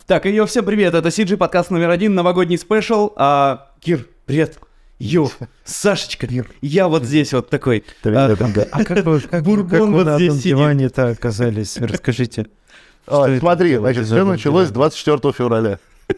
Так, ее всем привет, это CG подкаст номер 1, новогодний спешл. Кир, привет. Йо, Сашечка, я вот здесь вот такой. А как вы вот на здесь этом диване-то оказались? Расскажите. Смотри, значит, все началось 24 февраля.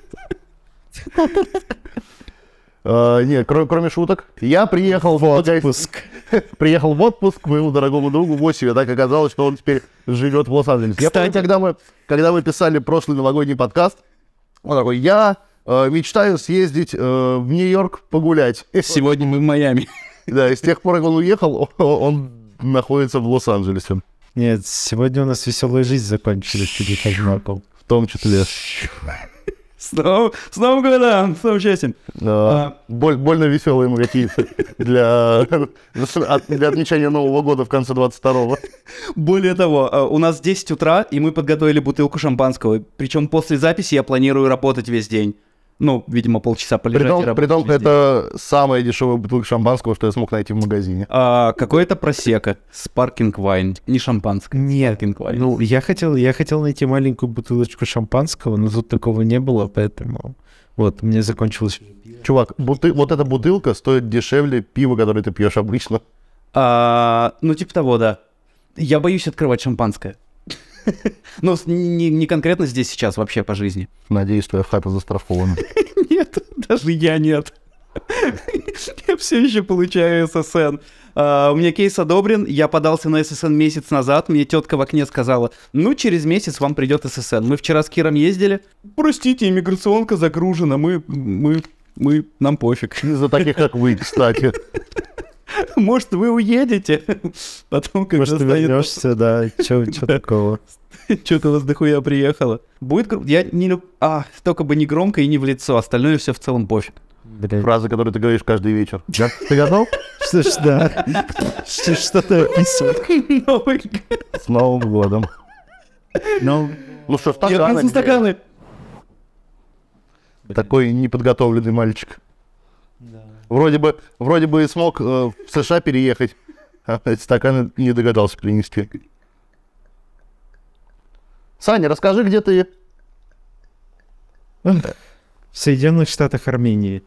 Нет, кроме шуток. Я приехал в отпуск. Приехал в отпуск к моему дорогому другу Восю. Так оказалось, что он теперь живет в Лос-Анджелесе. Я помню, когда мы писали прошлый новогодний подкаст, он такой, я мечтаю съездить в Нью-Йорк погулять. Сегодня мы в Майами. Да, и с тех пор, как он уехал, он находится в Лос-Анджелесе. Нет, сегодня у нас веселая жизнь закончилась перед Хажмаком. В том числе. С Новым годом! С новым счастьем! Больно веселые мы какие-то для отмечания Нового года в конце 22-го. Более того, у нас 10 утра, и мы подготовили бутылку шампанского. Причем после записи я планирую работать весь день. Ну, видимо, полчаса полежать и работать. Притом это самая дешевая бутылка шампанского, что я смог найти в магазине. Какое-то просека, спаркинг вайн, не шампанское. Нет, ну, я хотел найти маленькую бутылочку шампанского, но тут такого не было, поэтому вот, у меня закончилось. Чувак, вот эта бутылка стоит дешевле пива, которое ты пьешь обычно. Ну, типа того, да. Я боюсь открывать шампанское. Ну, не конкретно здесь сейчас, вообще по жизни. Надеюсь, твоя хата застрахована. Нет, даже я нет. Я все еще получаю ССН. У меня кейс одобрен, я подался на ССН месяц назад, мне тетка в окне сказала, ну, через месяц вам придет ССН. Мы вчера с Киром ездили. Простите, иммиграционка загружена, нам пофиг. Из-за таких, как вы, кстати. Может, вы уедете? Потом, когда может, ты вернешься, да, чё такого? Чё-то у вас дохуя приехало. Будет круто. Я не люблю... только бы не громко и не в лицо, остальное все в целом пофиг. Фраза, которую ты говоришь каждый вечер. Да? Ты готов? Что ж, да. Что ты описываешь? С Новым годом. Ну что, стаканы. Такой неподготовленный мальчик. Вроде бы смог в США переехать, а эти стаканы не догадался принести. Саня, расскажи, где ты? В Соединенных Штатах Армении.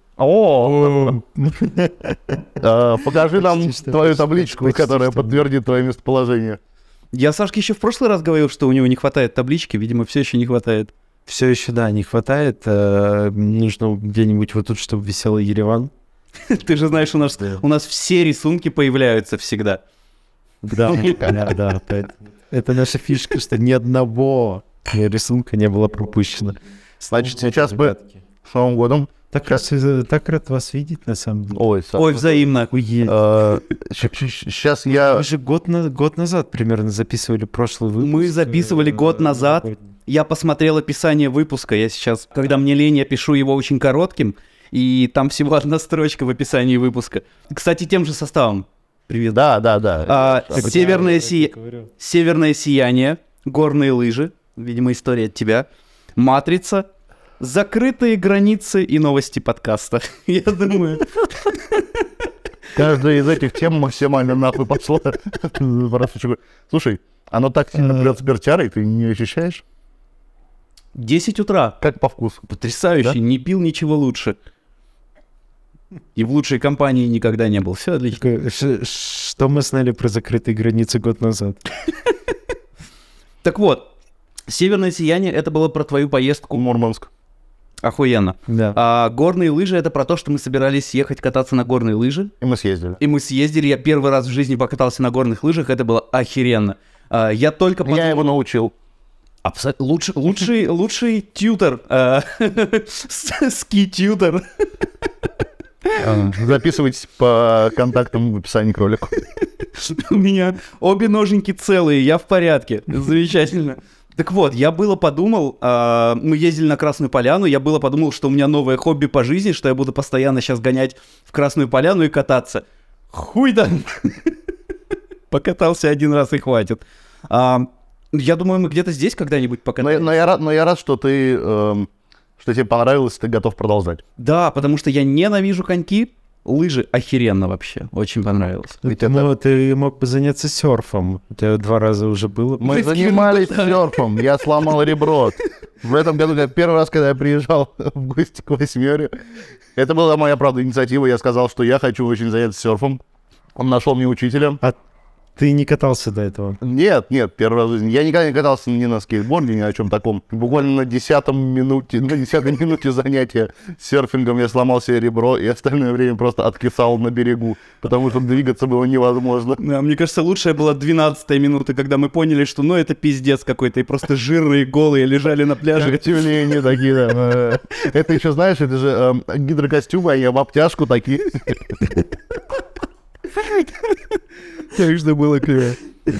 Покажи нам твою табличку, которая подтвердит твое местоположение. Я Сашке еще в прошлый раз говорил, что у него не хватает таблички, видимо, все еще не хватает. Все еще, да, не хватает. Нужно где-нибудь вот тут, чтобы висел Ереван. Ты же знаешь, у нас все рисунки появляются всегда. Да. Это наша фишка, что ни одного рисунка не было пропущено. Значит, сейчас бы с Новым годом. Так рад вас видеть, на самом деле. Ой, взаимно. Сейчас я... Мы же год назад примерно записывали прошлый выпуск. Мы записывали год назад. Я посмотрел описание выпуска. Я сейчас, когда мне лень, я пишу его очень коротким. И там всего одна строчка в описании выпуска. Кстати, тем же составом. Привет. Да. Северное сияние, горные лыжи, видимо, история от тебя, Матрица, закрытые границы и новости подкаста. Я думаю... Каждая из этих тем максимально нахуй пошла. Слушай, оно так сильно прет спиртярой, ты не ощущаешь? 10 утра. Как по вкусу. Потрясающе, да? Не пил ничего лучше. И в лучшей компании никогда не был. Все отлично. Что мы знали про закрытые границы год назад? Так вот, северное сияние — это было про твою поездку. В Мурманск. Охуенно. Да. А горные лыжи — это про то, что мы собирались ехать кататься на горные лыжи. И мы съездили. Я первый раз в жизни покатался на горных лыжах. Это было охеренно. Я его научил. Лучший тьютер. Ски-тьютер. Записывайтесь по контактам в описании к ролику. У меня обе ноженьки целые, я в порядке. Замечательно. Так вот, я было подумал, мы ездили на Красную Поляну, я было подумал, что у меня новое хобби по жизни, что я буду постоянно сейчас гонять в Красную Поляну и кататься. Хуй там. Покатался один раз и хватит. Я думаю, мы где-то здесь когда-нибудь покатаемся. Но я рад, что ты... Что тебе понравилось, ты готов продолжать. Да, потому что я ненавижу коньки, лыжи охеренно вообще, очень понравилось. Ты мог бы заняться серфом, у тебя 2 раза уже было. Мы занимались серфом, я сломал ребро. В этом году, первый раз, когда я приезжал в гости к Восьмере, это была моя, правда, инициатива. Я сказал, что я хочу очень заняться серфом. Он нашел мне учителя. А ты не катался до этого? Нет, первый раз в жизни. Я никогда не катался ни на скейтборде, ни о чем таком. Буквально на 10-й минуте занятия серфингом я сломал себе ребро и остальное время просто откисал на берегу, потому что двигаться было невозможно. Да, мне кажется, лучшая была 12-я минута, когда мы поняли, что ну это пиздец какой-то, и просто жирные голые лежали на пляже. Тюлени такие, да. Это еще, знаешь, это же гидрокостюмы, они в обтяжку такие. Так что было клево.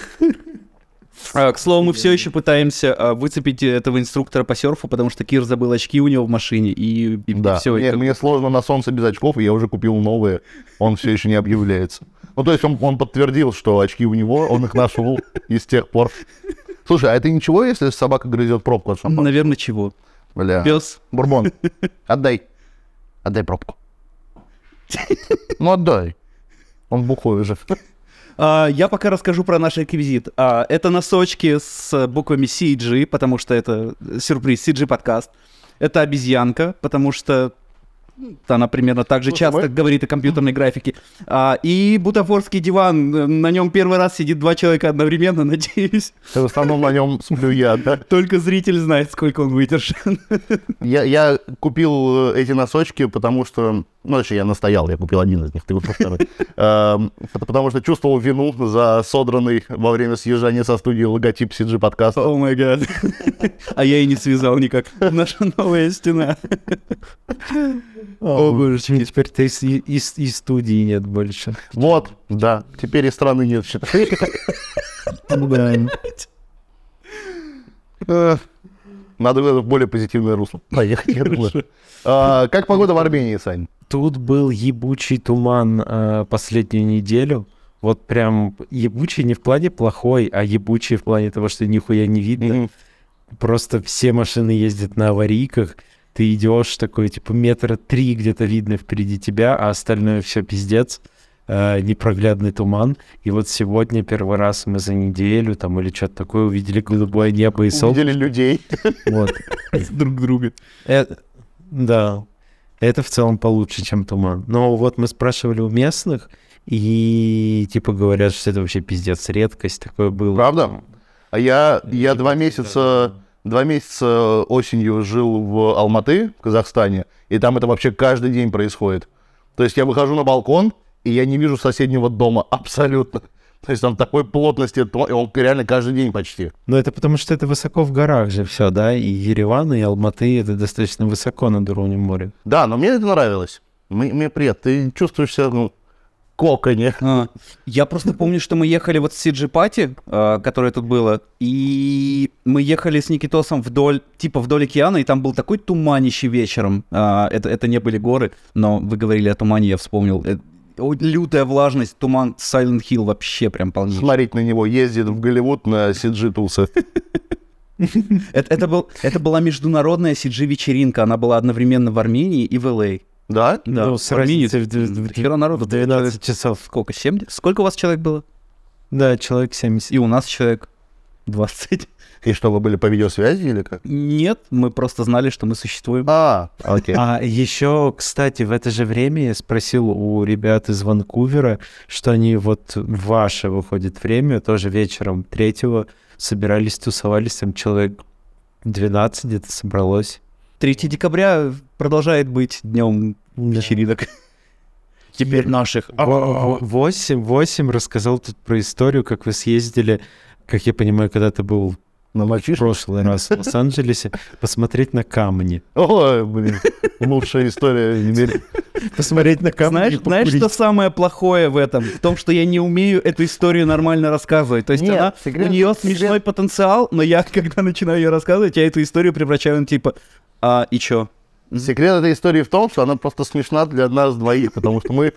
К слову, мы все еще пытаемся выцепить этого инструктора по серфу, потому что Кир забыл очки у него в машине, и да, все. Мне сложно на солнце без очков, и я уже купил новые, он все еще не объявляется. Ну, то есть он подтвердил, что очки у него, он их нашел и с тех пор. Слушай, а это ничего, если собака грызет пробку от шампанского? Наверное, чего? Бля. Пес. Бурбон, отдай пробку. Ну, отдай. Он бухой уже. Я пока расскажу про наш реквизит. Это носочки с буквами CG, потому что это сюрприз, CG подкаст. Это обезьянка, потому что она примерно так же часто говорит о компьютерной графике. И бутафорский диван. На нем первый раз сидит 2 человека одновременно, надеюсь. В основном на нем сплю я, да? Только зритель знает, сколько он выдержан. Я купил эти носочки, потому что... Ну, вообще, я настоял, я купил один из них, ты купил второй. Потому что чувствовал вину за содранный во время съезжания со студии логотип CG подкаста. О май гад. А я и не связал никак. Наша новая стена. О, боже, теперь-то и студии нет больше. Вот, да, теперь и страны нет, считай. Надо в более позитивное русло поехать, я думаю. Как погода в Армении, Сань? Тут был ебучий туман последнюю неделю. Вот прям ебучий не в плане плохой, а ебучий в плане того, что нихуя не видно. Просто все машины ездят на аварийках. Ты идешь такой, типа, 3 метра где-то видно впереди тебя, а остальное все пиздец. Непроглядный туман. И вот сегодня первый раз мы за неделю там или что-то такое увидели голубое небо и солнце. Увидели людей. Вот. Друг друга. Да. Это в целом получше, чем туман. Но вот мы спрашивали у местных, и типа говорят, что это вообще пиздец, редкость такое было. Правда? А я 2 месяца осенью жил в Алматы, в Казахстане, и там это вообще каждый день происходит. То есть я выхожу на балкон, и я не вижу соседнего дома абсолютно. То есть там такой плотности, он реально каждый день почти. Но это потому, что это высоко в горах же все, да? И Ереван, и Алматы — это достаточно высоко над уровнем моря. Да, но мне это нравилось. Мне приятно. Ты чувствуешь себя, коконе. Я просто помню, что мы ехали вот с CG-пати, которое тут было, и мы ехали с Никитосом вдоль океана, и там был такой туманище вечером. Это не были горы, но вы говорили о тумане, я вспомнил. Лютая влажность, туман, Silent Hill вообще прям полнейший. Смотреть на него, ездит в Голливуд на CG-тусы. Это была международная CG-вечеринка, она была одновременно в Армении и в Л.А. Да? Да, Ну, с разницей в 12 часов. Сколько, 70? Сколько у вас человек было? Да, человек 70. И у нас человек 20. И что, вы были по видеосвязи или как? Нет, мы просто знали, что мы существуем. Окей. А еще, кстати, в это же время я спросил у ребят из Ванкувера, что они вот в ваше выходит время, тоже вечером 3-го собирались, тусовались, там человек 12 где-то собралось. 3 декабря продолжает быть днем вечеринок. Теперь наших. 8 рассказал тут про историю, как вы съездили, как я понимаю, когда ты был На в прошлый раз в Лос-Анджелесе, посмотреть на камни. Ой, блин, лучшая история. Посмотреть на камни. Знаешь, что самое плохое в этом? В том, что я не умею эту историю нормально рассказывать. То есть у нее смешной потенциал, но я, когда начинаю ее рассказывать, я эту историю превращаю в типа, и чё? Секрет этой истории в том, что она просто смешна для нас двоих, потому что мы,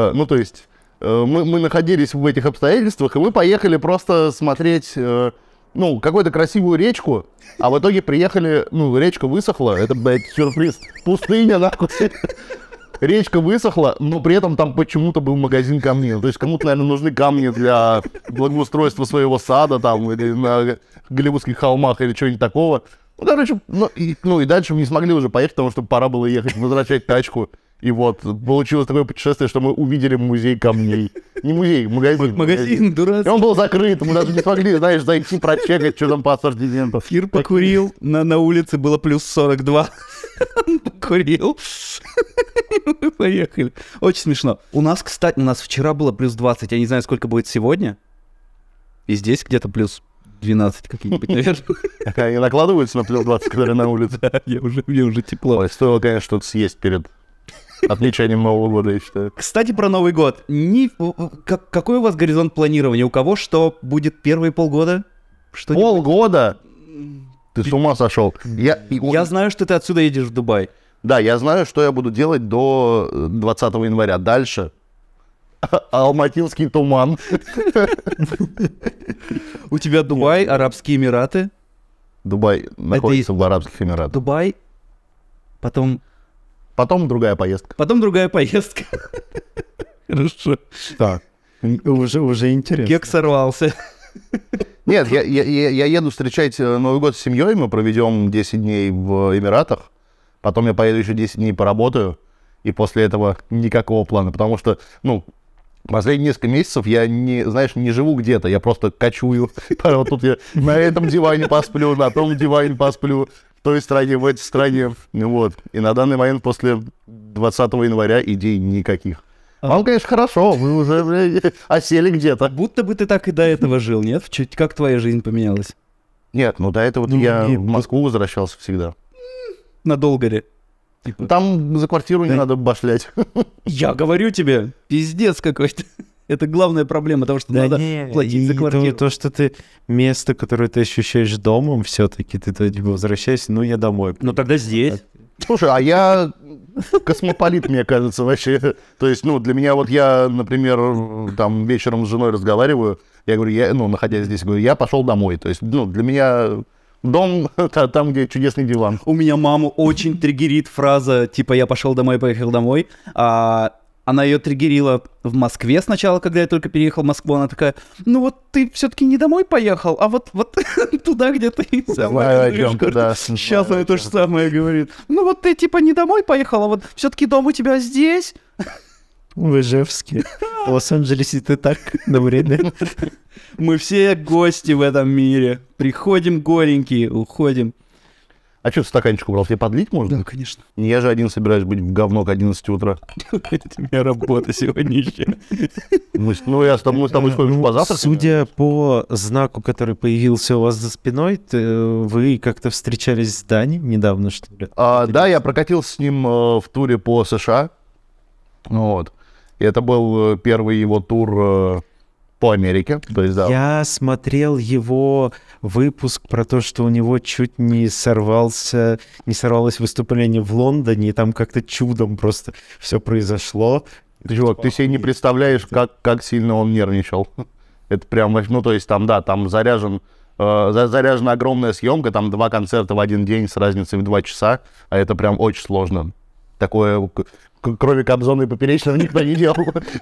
мы находились в этих обстоятельствах, и мы поехали просто смотреть, какую-то красивую речку, а в итоге приехали, речка высохла, это, блядь, сюрприз, пустыня, нахуй. Речка высохла, но при этом там почему-то был магазин камней. То есть кому-то, наверное, нужны камни для благоустройства своего сада, там, или на Голливудских холмах, или чего-нибудь такого. Ну, короче, и дальше мы не смогли уже поехать, потому что пора было ехать, возвращать тачку. И вот, получилось такое путешествие, что мы увидели музей камней. Не музей, магазин. Магазин дурацкий. И он был закрыт, мы даже не смогли, знаешь, зайти, прочекать, что там по ассортименту. Кир покурил, на улице было плюс 42. Он покурил. Мы поехали. Очень смешно. У нас вчера было плюс 20, я не знаю, сколько будет сегодня. И здесь где-то плюс 12 какие-нибудь, наверное. Они накладываются на плюс 20, которые на улице. Да, мне уже тепло. Ой, стоило, конечно, что-то съесть перед отмечанием Нового года, я считаю. Кстати, про Новый год. Какой у вас горизонт планирования? У кого что будет первые полгода? Полгода? Ты с ума сошел. Я знаю, что ты отсюда едешь в Дубай. Да, я знаю, что я буду делать до 20 января. Дальше. Алматинский туман. У тебя Дубай, Арабские Эмираты. Дубай находится в Арабских Эмиратах. Дубай, потом другая поездка. Хорошо. Так, уже интересно. Кек сорвался. Нет, я еду встречать Новый год с семьей, мы проведем 10 дней в Эмиратах, потом я поеду еще 10 дней поработаю, и после этого никакого плана, потому что, последние несколько месяцев я не живу где-то, я просто кочую. Вот тут я на этом диване посплю, на том диване посплю, в той стране, в этой стране. Вот. И на данный момент после 20 января идей никаких. Вам, конечно, хорошо, вы уже осели где-то. Будто бы ты так и до этого жил, нет? Как твоя жизнь поменялась? Нет, до этого я в Москву возвращался всегда. Надолго ли? Там за квартиру не надо башлять. Я говорю тебе, пиздец какой-то. Это главная проблема того, что надо платить за квартиру. То, что ты место, которое ты ощущаешь домом, все-таки ты возвращаешься, я домой. Тогда здесь. Слушай, а я космополит, мне кажется, вообще. То есть, для меня я, например, там вечером с женой разговариваю, я говорю, находясь здесь, говорю, я пошел домой. То есть, для меня дом там, где чудесный диван. У меня маму очень триггерит фраза, типа, я пошел домой, поехал домой. Она ее триггерила в Москве сначала, когда я только переехал в Москву. Она такая, ты все-таки не домой поехал, а вот туда, где ты сама живешь. Сейчас она то же самое говорит. Ты типа не домой поехал, а вот все-таки дом у тебя здесь. В Ижевске. В Лос-Анджелесе ты так на время. Мы все гости в этом мире. Приходим голенькие, уходим. А что, стаканчик убрал? Тебе подлить можно? Да, конечно. Я же один собираюсь быть в говно к 11 утра. Это у меня работа сегодня еще. Мы с тобой сходим позавтракать. Судя по знаку, который появился у вас за спиной, вы как-то встречались с Дани недавно, что ли? Да, я прокатился с ним в туре по США. Вот. И это был первый его тур по Америке. То есть, да. Я смотрел его выпуск про то, что у него чуть не сорвалось выступление в Лондоне, и там как-то чудом просто все произошло. Чувак, ты себе не представляешь, как сильно он нервничал. Это прям, то есть там заряжена огромная съемка, там 2 концерта в один день с разницей в 2 часа, а это прям очень сложно. Такое, кроме Кобзона и Поперечного, никто не делал.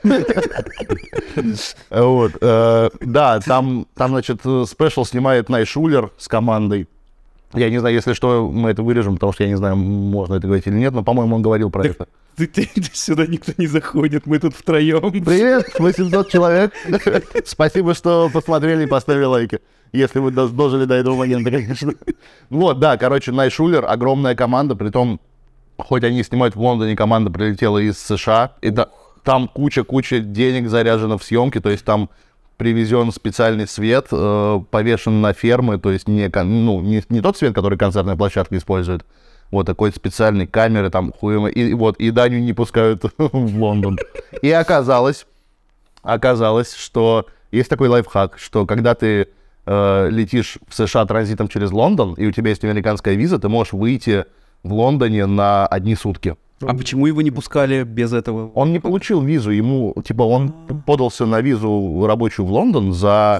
Вот. Да, там, значит, спешл снимает Найшулер с командой. Я не знаю, если что, мы это вырежем, потому что я не знаю, можно это говорить или нет, но, по-моему, он говорил про это. Сюда никто не заходит, мы тут втроем. Привет, 800 человек. Спасибо, что посмотрели и поставили лайки. Если вы дожили до этого момента, конечно. Вот, да, короче, Найшулер, огромная команда, притом, хоть они снимают в Лондоне, команда прилетела из США, и там куча денег заряжена в съемки, то есть там привезен специальный свет, повешен на фермы, то есть не тот свет, который концертная площадка использует, вот такой специальной камеры, там хуемой, и Даню не пускают в Лондон. И оказалось, что есть такой лайфхак, что когда ты летишь в США транзитом через Лондон, и у тебя есть американская виза, ты можешь выйти в Лондоне на 1 сутки. А почему его не пускали без этого? Он не получил визу, он подался на визу рабочую в Лондон за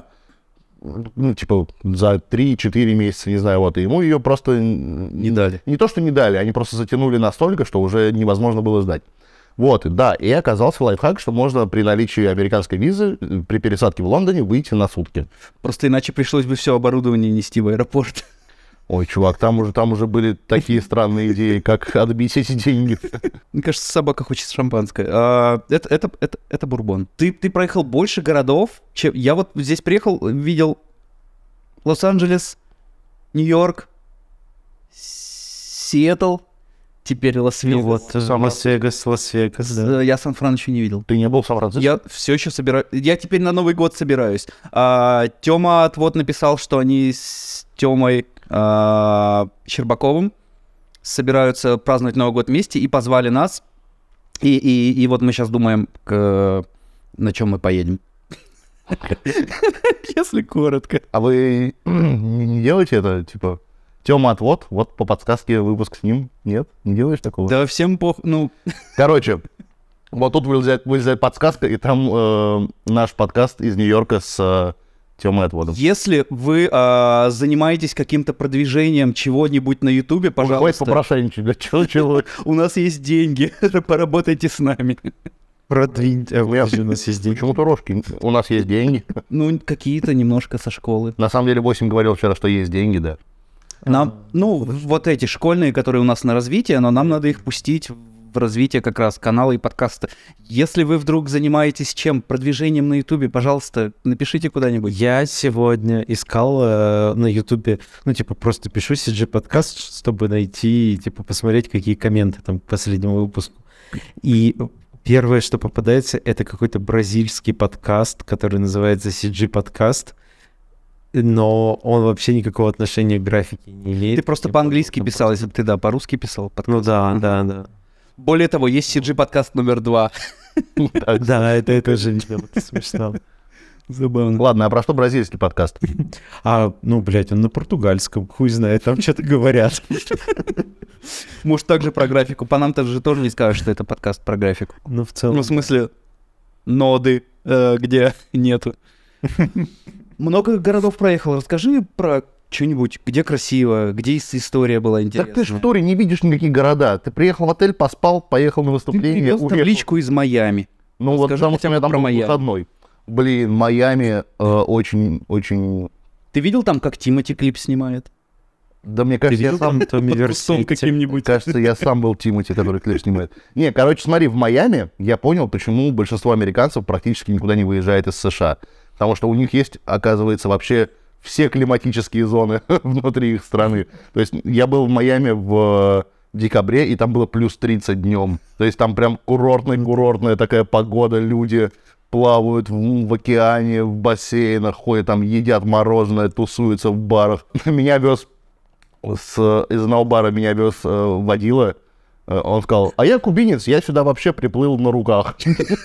3-4 месяца, не знаю, и ему ее просто не дали. Не то, что не дали, они просто затянули настолько, что уже невозможно было сдать. Вот, да, и оказался лайфхак, что можно при наличии американской визы при пересадке в Лондоне выйти на сутки. Просто иначе пришлось бы все оборудование нести в аэропорт. Ой, чувак, там уже были такие странные идеи, как отбить эти деньги. Мне кажется, собака хочет шампанское. Это бурбон. Ты проехал больше городов, чем... Я вот здесь приехал, видел Лос-Анджелес, Нью-Йорк, Сиэтл, теперь Лас-Вегас. Вот, Лас-Вегас, да. Я Сан-Фран еще не видел. Ты не был в Сан-Франциско? Я все еще собираюсь. Я теперь на Новый год собираюсь. Тёма Отвод написал, что они с Тёмой Щербаковым собираются праздновать Новый год вместе и позвали нас. И вот мы сейчас думаем, на чем мы поедем. Если коротко. А вы не делаете это, типа, Тёма Отвод, вот по подсказке выпуск с ним? Нет? Не делаешь такого? Да всем ну... Короче, вот тут вылезает подсказка, и там наш подкаст из Нью-Йорка с Тёмой Отводом. Если вы занимаетесь каким-то продвижением чего-нибудь на Ютубе, пожалуйста... Давай попрошайничать, да чего? У нас есть деньги, поработайте с нами. Продвиньте. У нас есть деньги. Почему-то рожки. У нас есть деньги. Ну, какие-то немножко со школы. На самом деле, 8 говорил вчера, что есть деньги, да. Нам, вот эти школьные, которые у нас на развитие, но нам надо их пустить в развитие как раз канала и подкаста. Если вы вдруг занимаетесь чем? Продвижением на Ютубе, пожалуйста, напишите куда-нибудь. Я сегодня искал на Ютубе, просто пишу CG подкаст, чтобы найти, посмотреть, какие комменты там к последнему выпуску. И первое, что попадается, это какой-то бразильский подкаст, который называется CG подкаст, но он вообще никакого отношения к графике не имеет. Ты просто по-английски писал, если бы ты, по-русски писал подкаст. Ну да. Более того, есть CG подкаст номер 2. Да, это же смешно. Забавно. Ладно, а про что бразильский подкаст? Он на португальском, хуй знает, там что-то говорят. Может, также про графику. По нам-то же тоже не скажешь, что это подкаст про графику. Ну, в целом. Ну, в смысле, ноды, где нету. Много городов проехал. Расскажи про что-нибудь, где красиво, где история была интересная. Так ты же в туре не видишь никаких города. Ты приехал в отель, поспал, поехал на выступление. Ты привез табличку из Майами. Ну вот потому что у меня там про был выходной. Блин, Майами очень... Ты видел там, как Тимати клип снимает? Да мне кажется, я сам... каким-нибудь. Кажется, я сам был Тимати, который клип снимает. Не, короче, смотри, в Майами я понял, почему большинство американцев практически никуда не выезжает из США. Потому что у них есть, оказывается, вообще все климатические зоны внутри их страны. То есть я был в Майами в декабре, и там было плюс 30 днем. То есть там прям курортная такая погода, люди плавают в океане, в бассейнах, ходят там, едят мороженое, тусуются в барах. Меня вез из одного бара водила. Он сказал, а я кубинец, я сюда вообще приплыл на руках.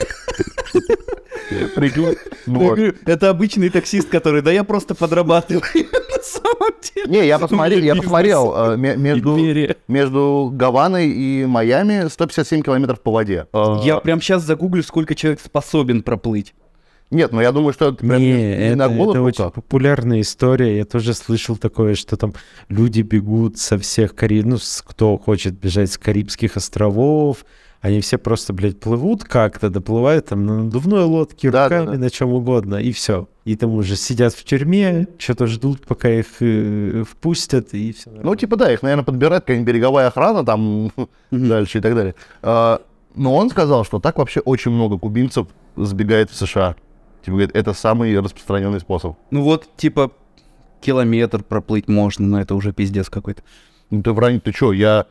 Это обычный таксист, который, да я просто подрабатываю. На самом деле. Не, я посмотрел, между Гаваной и Майами 157 километров по воде. Я прям сейчас загуглю, сколько человек способен проплыть. Нет, я думаю, что это это очень популярная история. Я тоже слышал такое, что там люди бегут со всех кто хочет бежать с Карибских островов, они все просто, плывут как-то, доплывают там на надувной лодке, руками, на чем угодно, и все. И там уже сидят в тюрьме, что-то ждут, пока их впустят, и все. Ну, да, их, наверное, подбирает какая-нибудь береговая охрана там дальше и так далее. Но он сказал, что так вообще очень много кубинцев сбегает в США. Говорит, это самый распространенный способ. Ну вот, километр проплыть можно, но это уже пиздец какой-то. Ну ты вранить, ты что, я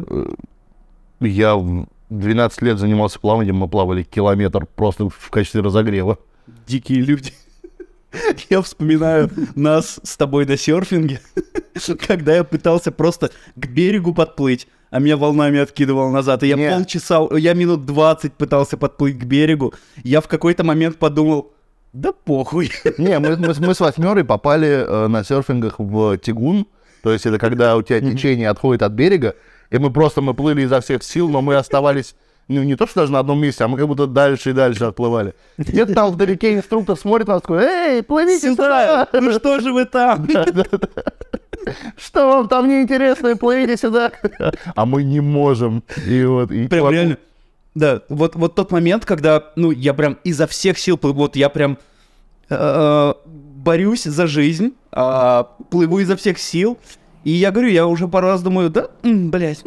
12 лет занимался плаванием, мы плавали километр просто в качестве разогрева. Дикие люди. Я вспоминаю нас с тобой на серфинге, когда я пытался просто к берегу подплыть, а меня волнами откидывало назад. И я я минут 20 пытался подплыть к берегу. Я в какой-то момент подумал, да похуй. Не, мы с восьмерой попали на серфингах в тягун. То есть это когда у тебя течение отходит от берега, и мы плыли изо всех сил, но мы оставались, не то что даже на одном месте, а мы как будто дальше и дальше отплывали. Где-то там вдалеке инструктор смотрит на нас, такой, эй, плывите сюда! Ну что же вы там? Что вам там неинтересно, плывите сюда! А мы не можем. Прям реально. Да, вот тот момент, когда, я прям изо всех сил плыву, я прям борюсь за жизнь, плыву изо всех сил, И я говорю, я уже пару раз думаю, да, блядь,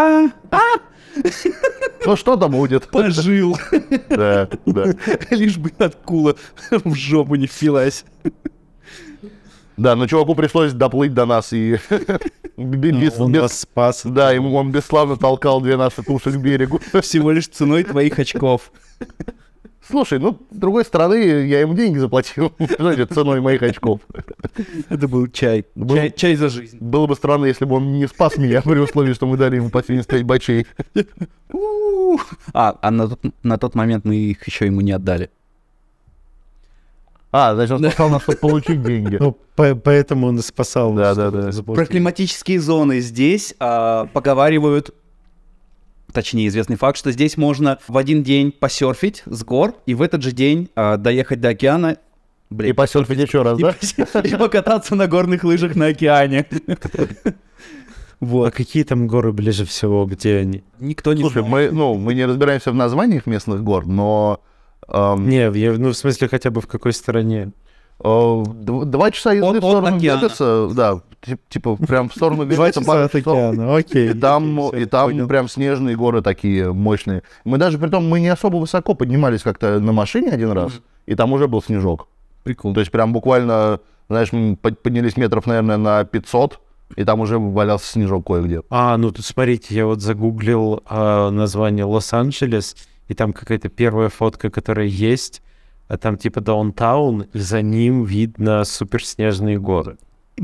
Ну что там будет? пожил. Да. Лишь бы акула в жопу не впилась. Да, но чуваку пришлось доплыть до нас и... Он вас спас. Да, ему он бесславно толкал 2 наши туши к берегу. Всего лишь ценой твоих очков. Слушай, ну, с другой стороны, я ему деньги заплатил. Знаете, ценой моих очков. Это был чай. Чай за жизнь. Было бы странно, если бы он не спас меня при условии, что мы дали ему по 75 бачей. А на тот момент мы их еще ему не отдали. Значит, он спасал нас, чтобы получить деньги. Ну, поэтому он и спасал. Да. Про климатические зоны здесь поговаривают, точнее, известный факт, что здесь можно в один день посерфить с гор, и в этот же день доехать до океана. И посерфить еще раз, да? И покататься на горных лыжах на океане. А какие там горы ближе всего, где они? Никто не Слушай, знает. мы не разбираемся в названиях местных гор, но... Не, в смысле, хотя бы в какой стране. 2 часа езды в сторону Вегаса, да, типа прям в сторону 2 Вегаса. часа от океана, окей. И там прям снежные горы такие мощные. Мы даже, притом, мы не особо высоко поднимались как-то на машине один раз, и там уже был снежок. Прикольно. То есть прям буквально, знаешь, мы поднялись метров, наверное, на 500, и там уже валялся снежок кое-где. Ну тут смотрите, я вот загуглил название Лос-Анджелес, и там какая-то первая фотка, которая есть, а там типа даунтаун, и за ним видно суперснежные горы.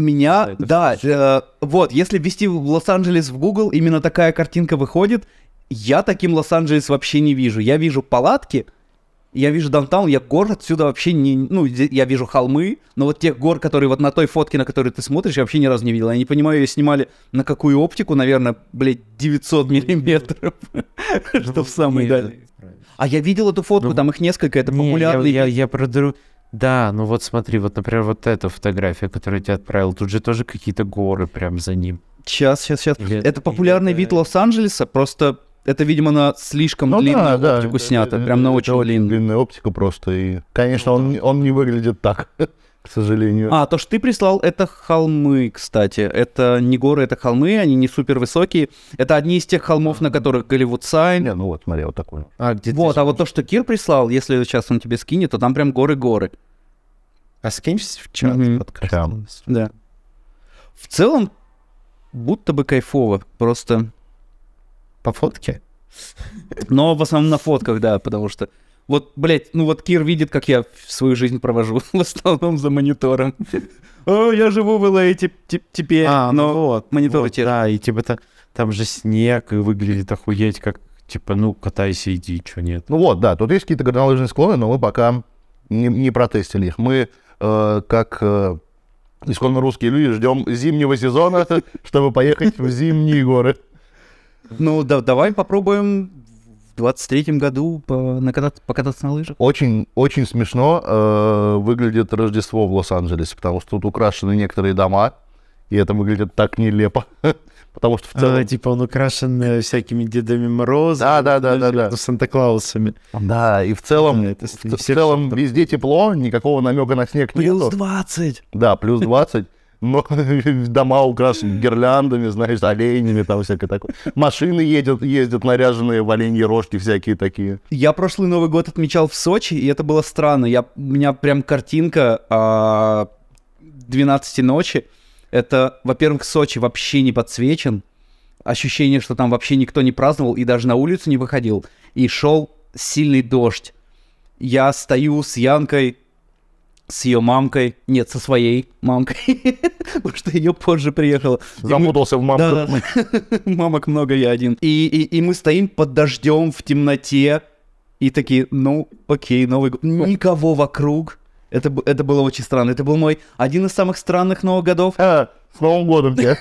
Вот, если ввести Лос-Анджелес в Google, именно такая картинка выходит. Я таким Лос-Анджелес вообще не вижу. Я вижу палатки, я вижу даунтаун, я гор отсюда вообще не... Ну, я вижу холмы, но вот тех гор, которые вот на той фотке, на которую ты смотришь, я вообще ни разу не видел. Я не понимаю, ее снимали на какую оптику, наверное, 900 миллиметров, что в самой дали. А я видел эту фотку, там их несколько, это популярный... Я продру... Да, ну вот смотри, вот, например, вот эта фотография, которую я тебе отправил, тут же тоже какие-то горы прям за ним. Сейчас. Это популярный вид Лос-Анджелеса, просто это, видимо, на слишком длинную оптику снято, прям на очень длинная оптика просто, и, конечно, он не выглядит так, к сожалению. То, что ты прислал, это холмы, кстати. Это не горы, это холмы, они не супер высокие. Это одни из тех холмов, на которых Голливуд Сайн. Не, ну вот, смотри, вот такой. Вот то, что Кир прислал, если сейчас он тебе скинет, то там прям горы-горы. А скинь в чат подкаста. Да. В целом, будто бы кайфово, просто... По фотке? Но в основном на фотках, да, потому что... Вот, блядь, ну вот Кир видит, как я свою жизнь провожу, в основном за монитором. Я живу в LA теперь, но вот, мониторы те. Да, и типа там же снег, и выглядит охуеть, как, типа, ну, катайся, иди, чё нет. Ну вот, да, тут есть какие-то горнолыжные склоны, но мы пока не протестили их. Мы, как исконно русские люди, ждем зимнего сезона, чтобы поехать в зимние горы. Ну, давай попробуем в 23-м году покататься на лыжах. Очень, очень смешно выглядит Рождество в Лос-Анджелесе, потому что тут украшены некоторые дома, и это выглядит так нелепо. Потому что в целом... Типа он украшен всякими Дедами Морозами, Да. Санта-Клаусами. Да, и в целом, Да, в целом везде тепло, никакого намека на снег нету. Плюс 20. Да, плюс 20. Но дома украшены гирляндами, знаешь, оленями, там всякое такое. Машины ездят наряженные в оленьи рожки всякие такие. Я прошлый Новый год отмечал в Сочи, и это было странно. У меня прям картинка 12 ночи. Это, во-первых, Сочи вообще не подсвечен. Ощущение, что там вообще никто не праздновал и даже на улицу не выходил. И шел сильный дождь. Я стою с Янкой, с ее мамкой, нет, со своей мамкой, потому что ее позже приехала. Запутался в мамку. Да. Мамок много, я один. И мы стоим под дождем в темноте, и такие, ну, окей, Новый год. Никого вокруг. Это было очень странно. Это был мой один из самых странных Новых годов. С Новым годом тебя.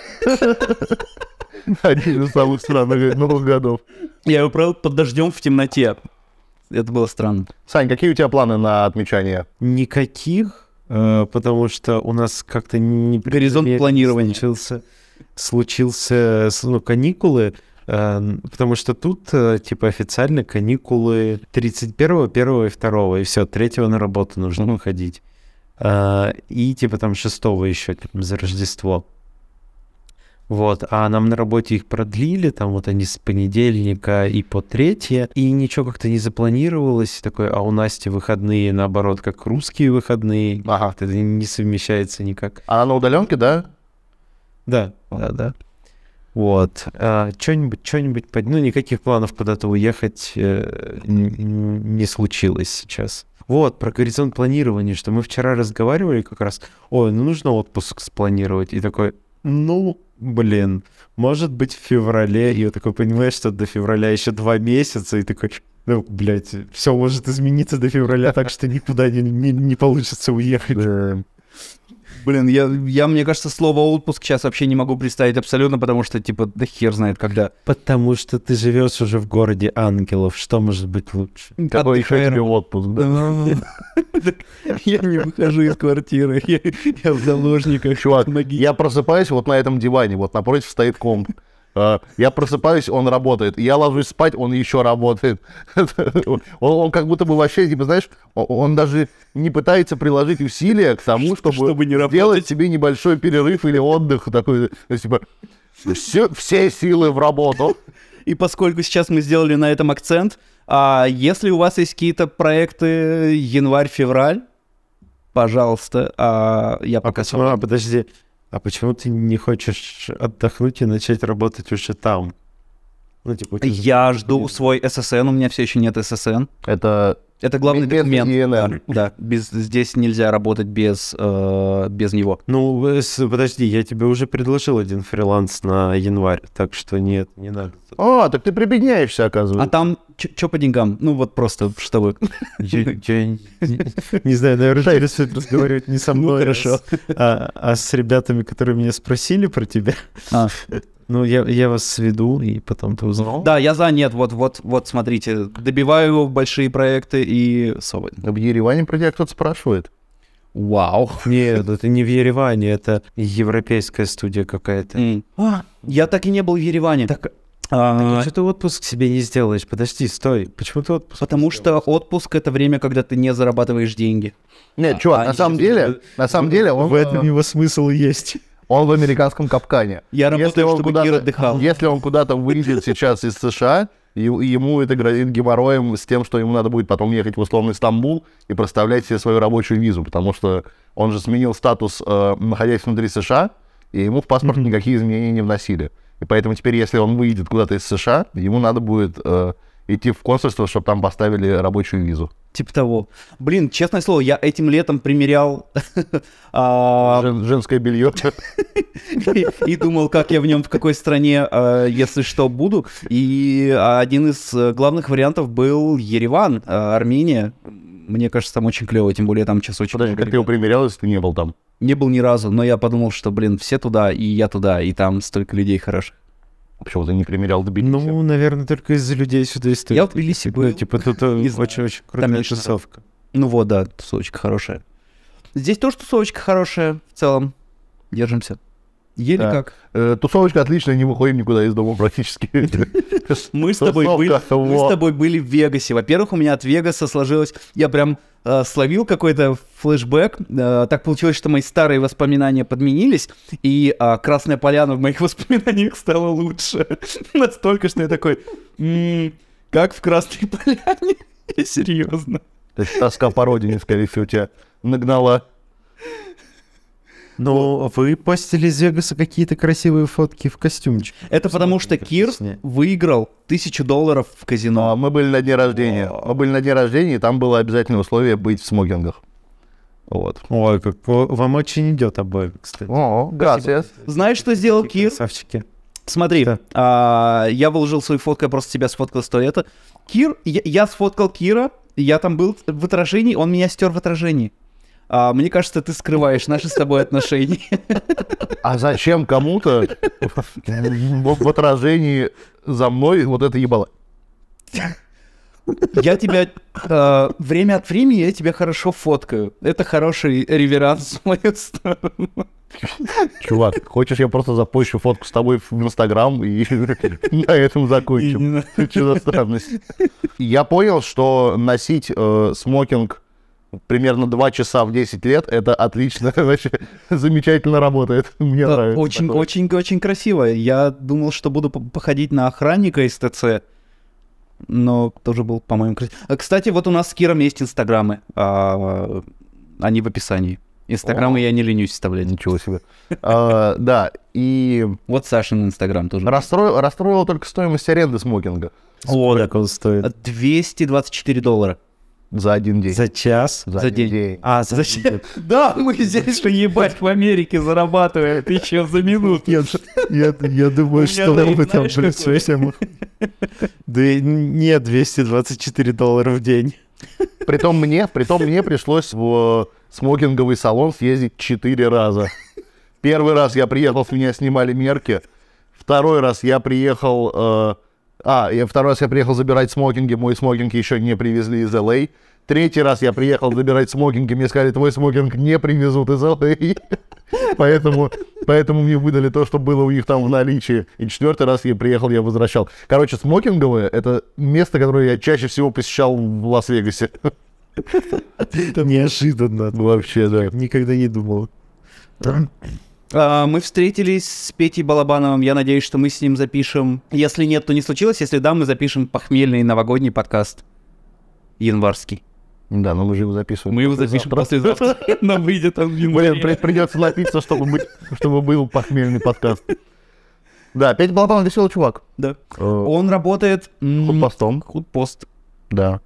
Один из самых странных Новых годов. Я его провел под дождем в темноте. Это было странно. Сань, какие у тебя планы на отмечание? Никаких, потому что у нас как-то не... Горизонт планирования. Случился каникулы, потому что тут, типа, официально каникулы 31-го, 1-го и 2-го, и все, 3-го на работу нужно выходить. И, типа, там 6-го еще, типа, за Рождество. Вот, а нам на работе их продлили, там вот они с понедельника и по 3, и ничего как-то не запланировалось. Такое, а у Насти выходные, наоборот, как русские выходные. Ага. Это не совмещается никак. А на удаленке, да? Да. Вот. Что-нибудь, ну, никаких планов куда-то уехать не случилось сейчас. Вот, про горизонт планирования, что мы вчера разговаривали как раз, нужно отпуск спланировать. И такой, блин, может быть, в феврале. И я такой, понимаешь, что до февраля еще 2 месяца, и такой, все может измениться до февраля, так что никуда не получится уехать. Блин, я, мне кажется, слово «отпуск» сейчас вообще не могу представить абсолютно, потому что, да хер знает когда. Потому что ты живешь уже в городе ангелов, что может быть лучше? Какой еще тебе отпуск, да? Я не выхожу из квартиры, я в заложниках. Чувак, я просыпаюсь вот на этом диване, вот напротив стоит комп. Я просыпаюсь, он работает. Я ложусь спать, он еще работает. Он как будто бы вообще, знаешь, он даже не пытается приложить усилия к тому, чтобы не сделать себе небольшой перерыв или отдых. Такой, типа, все силы в работу. И поскольку сейчас мы сделали на этом акцент, если у вас есть какие-то проекты январь-февраль, пожалуйста, я пока... Подожди. А почему ты не хочешь отдохнуть и начать работать уже там? Я жду свой ССН, у меня все еще нет ССН. Это главный без документ. ИНР. Да, здесь нельзя работать без него. Подожди, я тебе уже предложил один фриланс на январь, так что нет, не надо. Так ты прибедняешься, оказывается. А там что по деньгам? Вот просто, чтобы... Я не знаю, наверное, тебе стоит разговаривать не со мной, хорошо. А с ребятами, которые меня спросили про тебя. Я вас сведу, и потом ты узнал. Да, я за, нет, вот, смотрите, добиваю большие проекты и свободен. В Ереване про тебя кто-то спрашивает. Вау. Нет, это не в Ереване, это европейская студия какая-то. Я так и не был в Ереване. Что ты отпуск себе не сделаешь? Подожди, стой. Почему ты отпуск? Потому что отпуск — это время, когда ты не зарабатываешь деньги. Нет, чувак, на самом деле он... В этом его смысл есть. Он в американском капкане. Я работаю, чтобы Кир отдыхал. Если он куда-то выйдет сейчас из США, ему это грозит геморроем с тем, что ему надо будет потом ехать в условный Стамбул и проставлять себе свою рабочую визу, потому что он же сменил статус, находясь внутри США, и ему в паспорт никакие изменения не вносили. И поэтому теперь, если он выйдет куда-то из США, ему надо будет идти в консульство, чтобы там поставили рабочую визу. Типа того. Блин, честное слово, я этим летом примерял... Женское белье. И думал, как я в нем, в какой стране, если что, буду. И один из главных вариантов был Ереван, Армения. Мне кажется, там очень клево, тем более там сейчас очень... Подожди, как ты его примерял, если ты не был там? Не был ни разу, но я подумал, что, все туда, и я туда, и там столько людей хороших. Почему ты не примерял Тбилиси? Наверное, только из-за людей сюда и стоит. Я в Тбилиси был. Тут очень-очень крутая тусовка. Да, тусовочка хорошая. Здесь тоже тусовочка хорошая, в целом. Держимся. Еле как. Тусовочка отличная, не выходим никуда из дома практически. Мы с тобой были в Вегасе. Во-первых, у меня от Вегаса сложилось... Я прям словил какой-то флешбэк. Так получилось, что мои старые воспоминания подменились, и Красная Поляна в моих воспоминаниях стала лучше. Настолько, что я такой... Как в Красной Поляне? Серьезно. То есть тоска по родине, скорее всего, тебя нагнала. Но вы постили из Вегаса какие-то красивые фотки в костюмчике. Это потому что Кир выиграл $1000 в казино. Мы были на дне рождения. И там было обязательное условие быть в смокингах. Вот. Ой, как вам очень идет обоим, кстати. Gracias. Знаешь, что сделал Кир? Красавчики. Смотри, я выложил свою фотку, я просто себя сфоткал, что это. Кир, я сфоткал Кира, я там был в отражении, он меня стер в отражении. Мне кажется, ты скрываешь наши с тобой отношения. А зачем кому-то в отражении за мной вот это ебало? Я тебя... время от времени я тебя хорошо фоткаю. Это хороший реверанс в мою сторону. Чувак, хочешь, я просто запущу фотку с тобой в Инстаграм и на этом закончим? Что за странность? Я понял, что носить смокинг примерно 2 часа в 10 лет, это отлично, вообще замечательно работает. Мне нравится. Очень красиво. Я думал, что буду походить на охранника из ТЦ, но тоже был, по-моему, красиво. Кстати, вот у нас с Киром есть инстаграмы, они в описании. Инстаграмы я не ленюсь вставлять. Ничего себе. Да, и... Вот Сашин инстаграм тоже. Расстроила только стоимость аренды смокинга. Сколько он стоит? $224. За один день. За час? За день. За час. Да, мы здесь что ебать в Америке зарабатывают еще за минуту. Я думаю, что в этом процессе... Да нет, $224 в день. Притом мне пришлось в смокинговый салон съездить 4 раза. Первый раз я приехал, с меня снимали мерки. Второй раз я приехал забирать смокинги, мой смокинг еще не привезли из LA. Третий раз я приехал забирать смокинги, мне сказали, твой смокинг не привезут из LA. Поэтому мне выдали то, что было у них там в наличии. И 4-й раз я приехал, я возвращал. Короче, смокинговые — это место, которое я чаще всего посещал в Лас-Вегасе. Неожиданно. Вообще, да. Никогда не думал. Мы встретились с Петей Балабановым. Я надеюсь, что мы с ним запишем. Если нет, то не случилось. Если да, мы запишем похмельный новогодний подкаст. Январский. Да, но мы же его записываем. Мы его запишем послезавтра. Нам выйдет он в январе. Блин, придется напиться, чтобы был похмельный подкаст. Да, Петя Балабанов веселый чувак. Да. Он работает... Худпостом. Худпост. Да.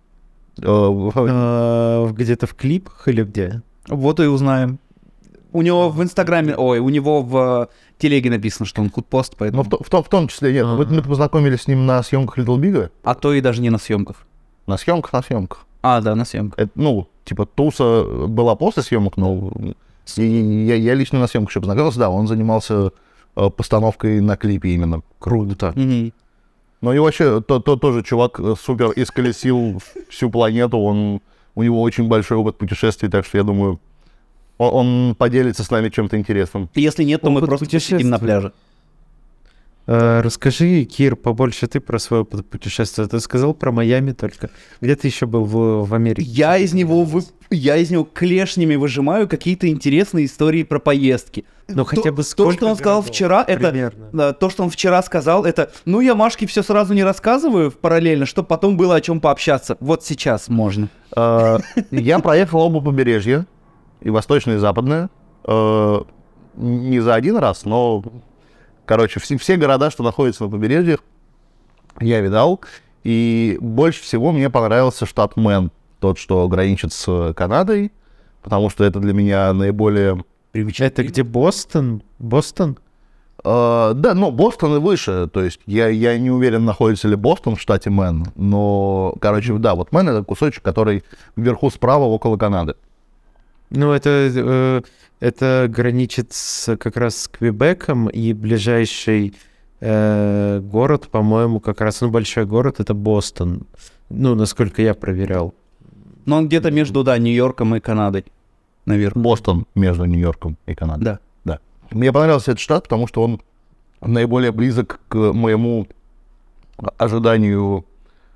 Где-то в клипах или где? Вот и узнаем. У него в Инстаграме, у него в телеге написано, что он худпост, поэтому... Ну, в том числе, нет. Мы познакомились с ним на съемках Little Big. А то и даже не на съемках. На съемках. А, да, на съемках. Это, туса была после съемок, но я лично на съемках еще познакомился. Да, он занимался постановкой на клипе именно. Круто. Ну и вообще, тоже чувак супер исколесил всю планету. У него очень большой опыт путешествий, так что я думаю... Он поделится с нами чем-то интересным. Если нет, то мы просто сидим на пляже. Расскажи, Кир, побольше ты про свое путешествие. Ты сказал про Майами только. Где ты еще был в Америке? Я из него клешнями выжимаю какие-то интересные истории про поездки. Ну хотя бы сколько? То, что он сказал вчера, то, что он вчера сказал, это, я Машке все сразу не рассказываю параллельно, чтобы потом было о чем пообщаться. Вот сейчас можно. Я проехал оба побережья. И восточное, и западное. Не за один раз, но... Короче, все города, что находятся на побережьях, я видал. И больше всего мне понравился штат Мэн. Тот, что граничит с Канадой. Потому что это для меня наиболее... Это где Бостон? Бостон? Да, Бостон и выше. То есть я не уверен, находится ли Бостон в штате Мэн. Но, короче, да, вот Мэн — это кусочек, который вверху справа около Канады. Ну, это граничит как раз с Квебеком, и ближайший город, по-моему, как раз, большой город, это Бостон. Насколько я проверял. Но он где-то между, Нью-Йорком и Канадой, наверное. Бостон между Нью-Йорком и Канадой. Да. Мне понравился этот штат, потому что он наиболее близок к моему ожиданию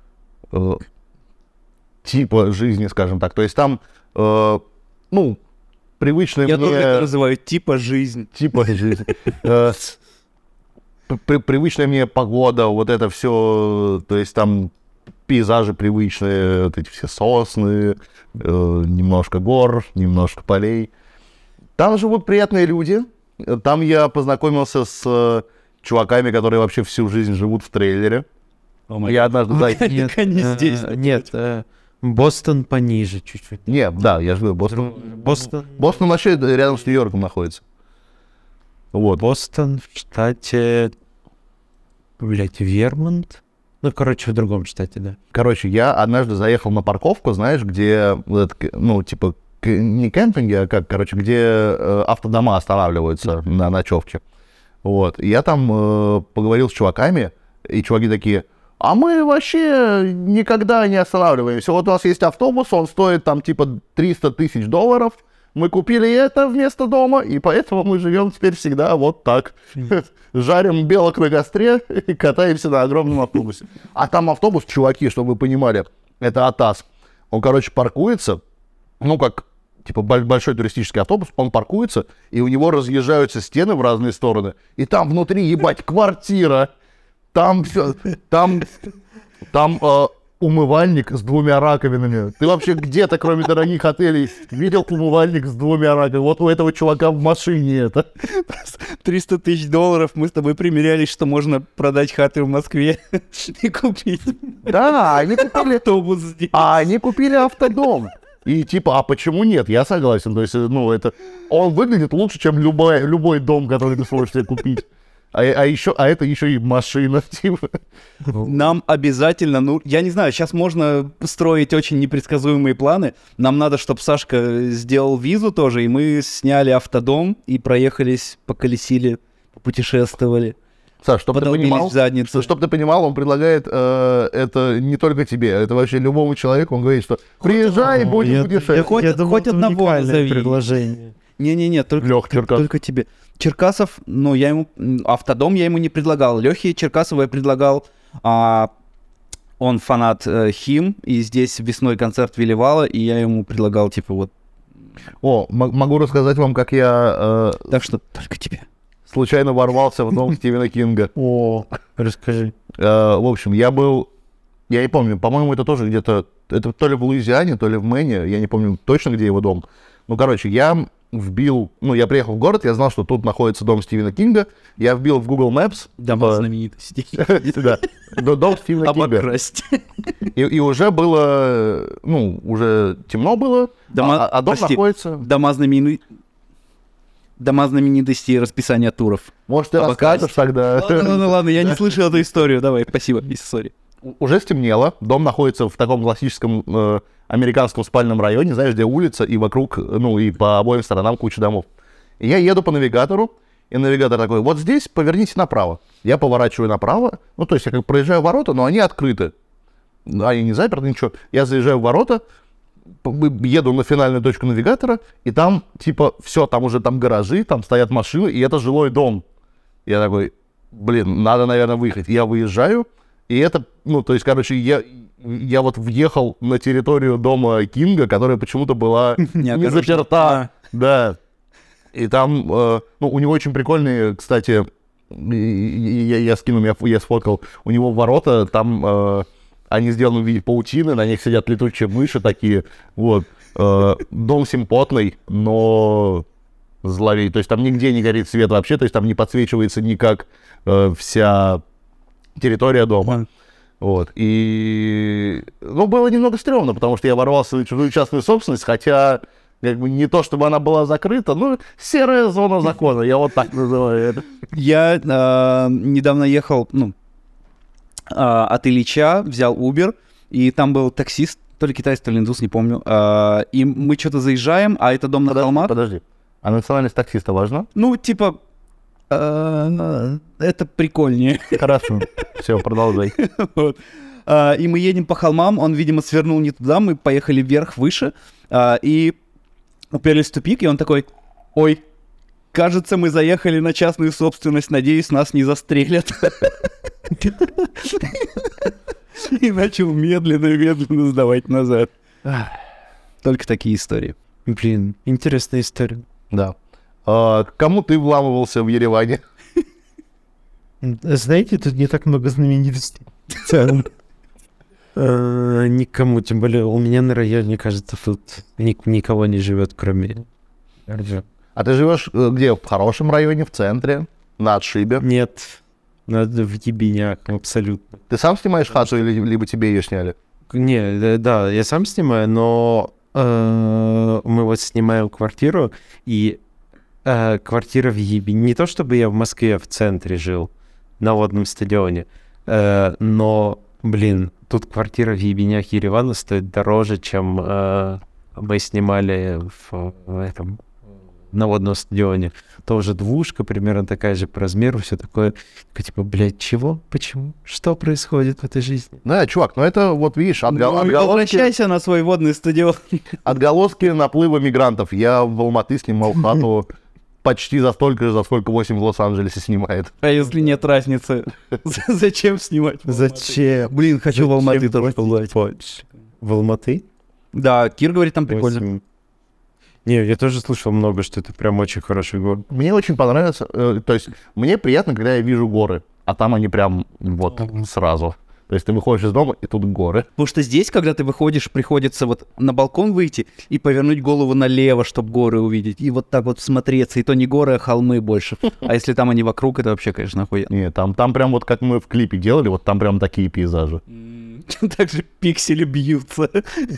типа жизни, скажем так. То есть там... привычная мне... Я тоже это называю типа жизнь. Привычная мне погода, вот это все, то есть там пейзажи привычные, вот эти все сосны, немножко гор, немножко полей. Там живут приятные люди. Там я познакомился с чуваками, которые вообще всю жизнь живут в трейлере. Я однажды... Нет, Бостон пониже чуть-чуть. Нет, да, я же говорю, Бостон вообще рядом с Нью-Йорком находится. Вот. Бостон в штате... Вермонт? В другом штате, да. Короче, я однажды заехал на парковку, знаешь, где, не кемпинги, а где автодома останавливаются на ночевке. Вот. И я там поговорил с чуваками, и чуваки такие... А мы вообще никогда не останавливаемся. Вот у нас есть автобус, он стоит там $300 000. Мы купили это вместо дома, и поэтому мы живем теперь всегда вот так. Жарим белок на костре и катаемся на огромном автобусе. А там автобус, чуваки, чтобы вы понимали, это АТАС. Он, паркуется ну, как, типа, большой туристический автобус, он паркуется, и у него разъезжаются стены в разные стороны, и там внутри, ебать, квартира, там все, там умывальник с 2 раковинами. Ты вообще где-то, кроме дорогих отелей, видел умывальник с 2 раковинами? Вот у этого чувака в машине это. $300 тысяч мы с тобой примерялись, что можно продать хаты в Москве и купить. Да, они купили автобус здесь. Они купили автодом. И типа, а почему нет? Я согласен. То есть, ну, это... Он выглядит лучше, чем любой дом, который ты сможешь себе купить. А это еще и машина, типа. Нам обязательно, ну, я не знаю, сейчас можно строить очень непредсказуемые планы. Нам надо, чтобы Сашка сделал визу тоже, и мы сняли автодом и проехались, поколесили, попутешествовали. Саш, чтобы ты понимал, он предлагает это не только тебе, это вообще любому человеку. Он говорит, что приезжай и будем путешествовать. Хоть одного назови. Предложение. Не-не-не, только тебе. Черкасов, ну, автодом я ему не предлагал. Лехе Черкасову я предлагал, он фанат Хим, и здесь весной концерт Веливала, и я ему предлагал, типа, вот. О, могу рассказать вам, как я... Так что только тебе. Случайно ворвался в дом Стивена Кинга. О, расскажи. В общем, я не помню, по-моему, это тоже где-то, это то ли в Луизиане, то ли в Мэне, я не помню точно, где его дом. Ну, короче, я приехал в город, я знал, что тут находится дом Стивена Кинга, я вбил в Google Maps... Дома знаменитостей. Да, дом Стивена Кинга. И уже было, ну, уже темно было, а дом находится... Дома знаменитостей и расписание туров. Может, ты расскажешь тогда? Ладно, я не слышал эту историю. Давай, спасибо, история. Уже стемнело, дом находится в таком классическом американском спальном районе, знаешь, где улица, и вокруг, ну, и по обоим сторонам куча домов. И я еду по навигатору, и навигатор такой, вот здесь поверните направо. Я поворачиваю направо, ну, то есть я как проезжаю ворота, но они открыты. Они не заперты, ничего. Я заезжаю в ворота, еду на финальную точку навигатора, и там, типа, все, там уже там гаражи, там стоят машины, и это жилой дом. Я такой, блин, надо, наверное, выехать. Я выезжаю, и это, ну, то есть, короче, я вот въехал на территорию дома Кинга, которая почему-то была не заперта. Да. И там, ну, у него очень прикольные, кстати, я скинул, я сфоткал, у него ворота, там... Они сделаны в виде паутины, на них сидят летучие мыши такие, вот. Дом симпотный, но зловей. То есть там нигде не горит свет вообще, то есть там не подсвечивается никак вся территория дома. Вот. И, ну, было немного стрёмно, потому что я ворвался на чужую частную собственность, хотя, как бы, не то, чтобы она была закрыта, но серая зона закона, я вот так называю это. Я недавно ехал, от Ильича, взял Uber, и там был таксист, то ли китаец, то ли индус, не помню. И мы что-то заезжаем, а это дом на холмах. Подожди, а национальность таксиста важна? Ну, типа, это прикольнее. Хорошо, все, продолжай. Вот. И мы едем по холмам, он, видимо, свернул не туда, мы поехали вверх, выше, и уперлись в тупик, и он такой, ой, кажется, мы заехали на частную собственность, надеюсь, нас не застрелят. И начал медленно сдавать назад. Только такие истории. Блин, интересная история. Да. Кому ты вламывался в Ереване? Знаете, тут не так много знаменитостей. Никому, тем более у меня на районе, кажется, тут никого не живет, кроме... А ты живешь где? В хорошем районе, в центре, на отшибе? Нет, надо в ебенях, абсолютно. Ты сам снимаешь хату или либо тебе ее сняли? Не, да, я сам снимаю, но мы вот снимаем квартиру, и квартира в ебени. Не то чтобы я в Москве в центре жил, на водном стадионе, но, блин, тут квартира в ебенях Еревана стоит дороже, чем мы снимали в этом... на водном стадионе. Тоже двушка, примерно такая же по размеру, все такое. Типа, блядь, чего? Почему? Что происходит в этой жизни? Да, чувак, ну это вот, видишь, возвращайся на свой водный стадион. Отголоски наплыва мигрантов. Я в Алматы снимал хату почти за столько же, за сколько 8 в Лос-Анджелесе снимает. А если нет разницы, зачем снимать? Зачем? Блин, хочу в Алматы тоже побывать. В Алматы? Да, Кир говорит, там прикольно. Не, я тоже слышал много, что это прям очень хороший город. Мне очень понравится, то есть мне приятно, когда я вижу горы, а там они прям вот сразу. То есть ты выходишь из дома, и тут горы. Потому что здесь, когда ты выходишь, приходится вот на балкон выйти и повернуть голову налево, чтобы горы увидеть. И вот так вот смотреться. И то не горы, а холмы больше. А если там они вокруг, это вообще, конечно, охуенно. Нет, там прям вот как мы в клипе делали, вот там прям такие пейзажи. Также пиксели бьются.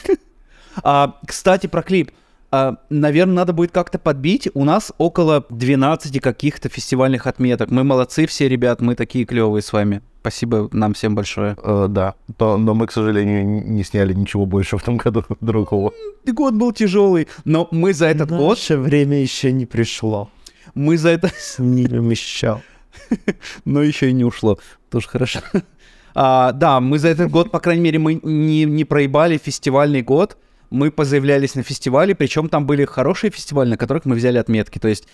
Кстати, про клип. Наверное, надо будет как-то подбить. У нас около 12 каких-то фестивальных отметок. Мы молодцы все, ребят, мы такие клевые с вами. Спасибо нам всем большое. Да, но мы, к сожалению, не сняли ничего больше в том году другого. Год был тяжелый, но мы за этот год... Наше время еще не пришло. Мы за это... Не вмещал. Но еще и не ушло. Тоже хорошо. Да, мы за этот год, по крайней мере, мы не проебали фестивальный год. Мы позаявлялись на фестивале, причем там были хорошие фестивали, на которых мы взяли отметки. То есть,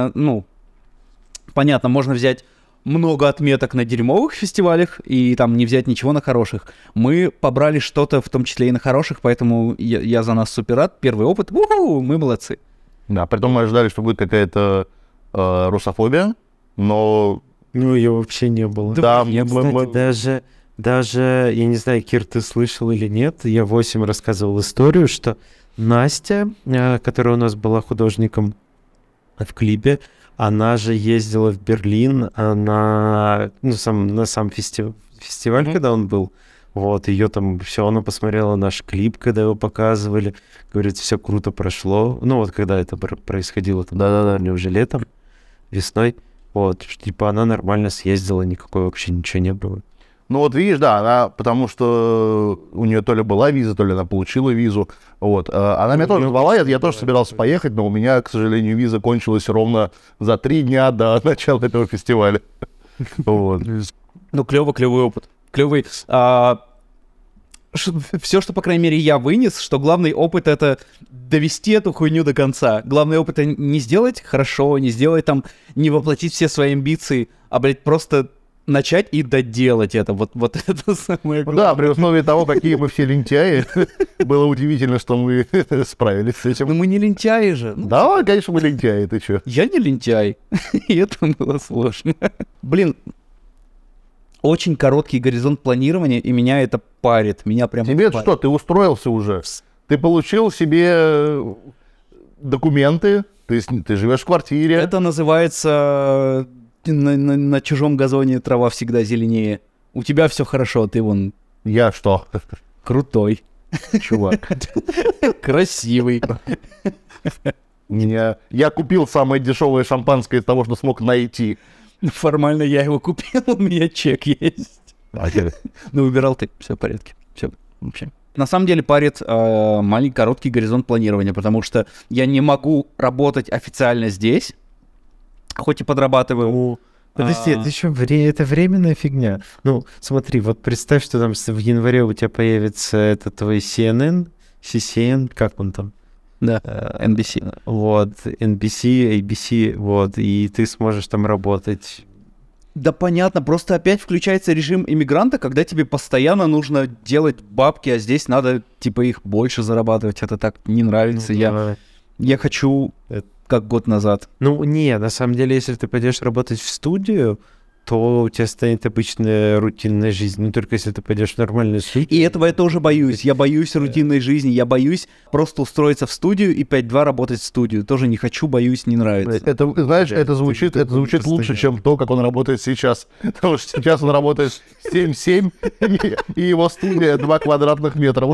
понятно, можно взять много отметок на дерьмовых фестивалях и там не взять ничего на хороших. Мы побрали что-то, в том числе и на хороших, поэтому я за нас супер рад. Первый опыт, мы молодцы. Да, притом мы ожидали, что будет какая-то русофобия, но... Ну, ее вообще не было. Да, кстати, даже, я не знаю, Кир, ты слышал или нет, я 8 рассказывал историю, что Настя, которая у нас была художником в клипе, она же ездила в Берлин на сам фестиваль, когда он был. Вот, ее там все, она посмотрела наш клип, когда его показывали. Говорит, все круто прошло. Ну, вот когда это происходило, да, уже летом, весной. Вот, типа она нормально съездила, никакой вообще ничего не было. Ну вот видишь, да, она, потому что у нее то ли была виза, то ли она получила визу, вот. Она меня тоже звала, я тоже собирался поехать, но у меня, к сожалению, виза кончилась ровно за 3 дня до начала этого фестиваля. Вот. Ну, клевый опыт. Клевый. Все, что, по крайней мере, я вынес, что главный опыт — это довести эту хуйню до конца. Главный опыт — это не сделать хорошо, не сделать там, не воплотить все свои амбиции, а, блядь, просто начать и доделать это. Вот это самое главное. Да, при условии того, какие мы все лентяи, было удивительно, что мы справились с этим. Но мы не лентяи же. Да, конечно, мы лентяи, ты чё? Я не лентяй, и это было сложно. Блин, очень короткий горизонт планирования, и меня это парит. Меня прям Тебе парит. что, ты устроился уже? Ты получил себе документы, ты живешь в квартире. Это называется... На чужом газоне трава всегда зеленее. У тебя все хорошо, ты вон... Я что? Крутой. Чувак. Красивый. Я купил самое дешевое шампанское из того, что смог найти. Формально я его купил, у меня чек есть. Ну, выбирал ты, все в порядке. Все вообще. На самом деле парит маленький короткий горизонт планирования, потому что я не могу работать официально здесь, хоть и подрабатываю. Подожди, это еще это временная фигня. Ну, смотри, вот представь, что там в январе у тебя появится это твой CNN, CCN, как он там? Да, NBC. Вот, NBC, ABC, вот, и ты сможешь там работать. Да понятно, просто опять включается режим иммигранта, когда тебе постоянно нужно делать бабки, а здесь надо, типа, их больше зарабатывать. Это так не нравится. Я хочу... как год назад. Ну, не, на самом деле, если ты пойдешь работать в студию, то у тебя станет обычная рутинная жизнь. Ну, только если ты пойдешь в нормальную студию. И этого я тоже боюсь. Я боюсь рутинной жизни. Я боюсь просто устроиться в студию и 5-2 работать в студию. Тоже не хочу, боюсь, не нравится. Это, знаешь, это звучит лучше, чем то, как он работает сейчас. Потому что сейчас он работает 7-7, и его студия 2 квадратных метра.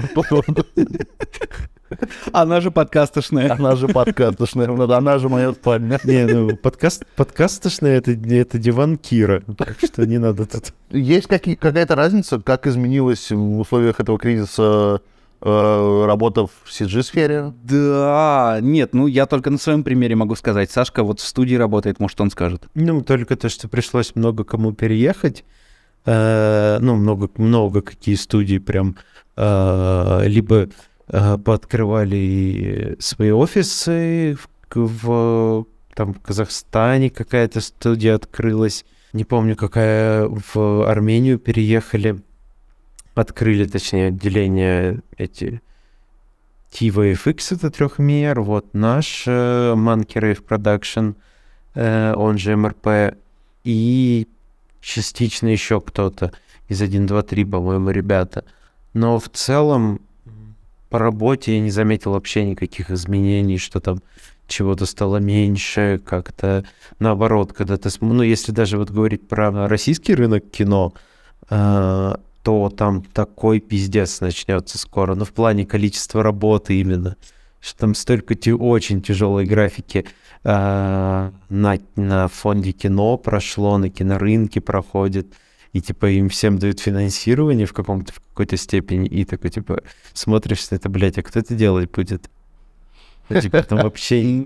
Она же подкастошная. Она же моя спальня. Не, ну, подкастошная — это диван Кира, так что не надо тут. Есть какая-то разница, как изменилась в условиях этого кризиса работа в CG-сфере? Да, нет, ну я только на своем примере могу сказать. Сашка вот в студии работает, может, он скажет. Ну, только то, что пришлось много кому переехать. Ну, много какие студии прям либо пооткрывали свои офисы в Казахстане какая-то студия открылась. Не помню, какая, в Армению переехали. Открыли, точнее, отделения эти TVFX это трехмер, вот наш Monkey Rave Production, он же МРП, и частично еще кто-то из 1, 2, 3, по-моему, ребята. Но в целом по работе я не заметил вообще никаких изменений, что там чего-то стало меньше, как-то наоборот, когда ты... Ну, если даже вот говорить про российский рынок кино, то там такой пиздец начнется скоро. Но в плане количества работы именно, что там столько очень тяжелой графики на фонде кино прошло, на кинорынке проходит, и типа им всем дают финансирование в какой-то степени, и такой типа смотришь на это, блядь, а кто это делать будет? Типа там вообще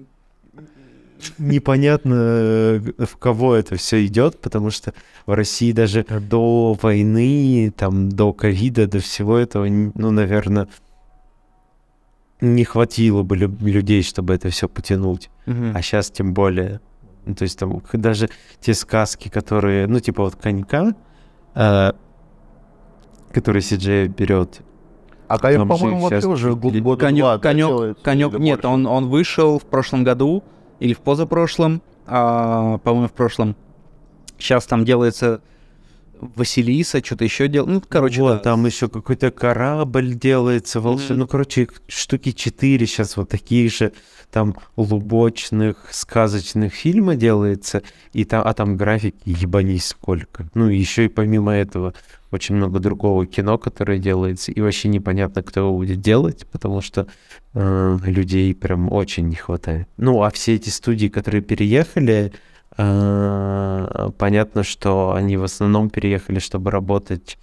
непонятно, в кого это все идет, потому что в России даже до войны, там, до ковида, до всего этого, ну, наверное, не хватило бы людей, чтобы это все потянуть. А сейчас тем более. Ну, то есть там даже те сказки, которые, ну, типа вот «Конька», который CJ берет. А «Конек», по-моему, вообще уже года два. «Конек», нет, он вышел в прошлом году или в позапрошлом, по-моему, в прошлом. Сейчас там делается Василиса, что-то еще делает. Ну, короче, вот, да. Там еще какой-то корабль делается, волшебный. Ну, короче, штуки 4 сейчас вот такие же там лубочных, сказочных фильма делается, и там графики ебанись сколько. Ну, еще и помимо этого очень много другого кино, которое делается, и вообще непонятно, кто его будет делать, потому что людей прям очень не хватает. Ну, а все эти студии, которые переехали, понятно, что они в основном переехали, чтобы работать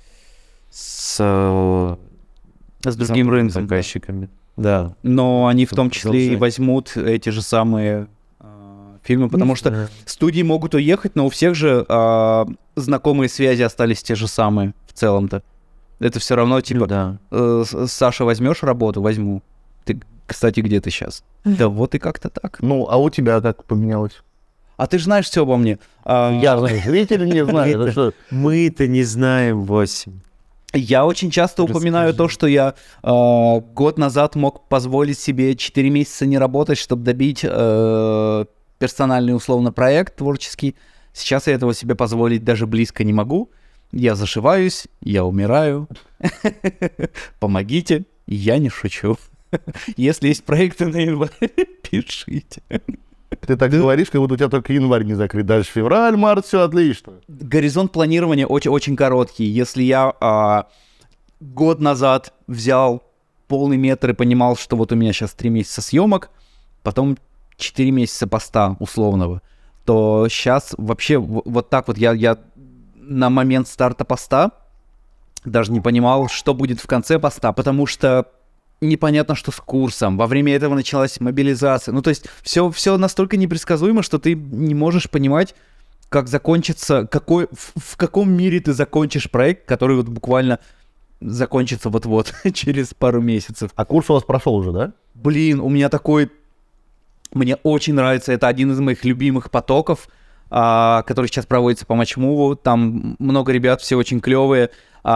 с другим рынком, заказчиками. Да. Но они в том числе и возьмут эти же самые фильмы, потому что студии могут уехать, но у всех же знакомые связи остались те же самые в целом-то. Это все равно, типа, Саша, возьмешь работу? Возьму. Ты, кстати, где ты сейчас? Да вот и как-то так. Ну, а у тебя как поменялось? А ты же знаешь все обо мне. Я знаю, зрители не знают. Мы-то не знаем, 8. Я очень часто упоминаю то, что я год назад мог позволить себе 4 месяца не работать, чтобы добить персональный, условно, проект творческий. Сейчас я этого себе позволить даже близко не могу. Я зашиваюсь, я умираю. Помогите, я не шучу. Если есть проекты на январь, пишите. Ты так говоришь, как будто у тебя только январь не закрыт. Дальше февраль, март, все отлично. Горизонт планирования очень короткий. Если я год назад взял полный метр и понимал, что вот у меня сейчас 3 месяца съемок, потом 4 месяца поста условного, то сейчас вообще вот так вот я на момент старта поста даже не понимал, что будет в конце поста, потому что непонятно, что с курсом. Во время этого началась мобилизация. Ну, то есть все настолько непредсказуемо, что ты не можешь понимать, как закончится, в каком мире ты закончишь проект, который вот буквально закончится вот-вот, через пару месяцев. А курс у вас прошел уже, да? Блин, у меня такой... Мне очень нравится, это один из моих любимых потоков, который сейчас проводится по Матчмуву. Там много ребят, все очень клевые.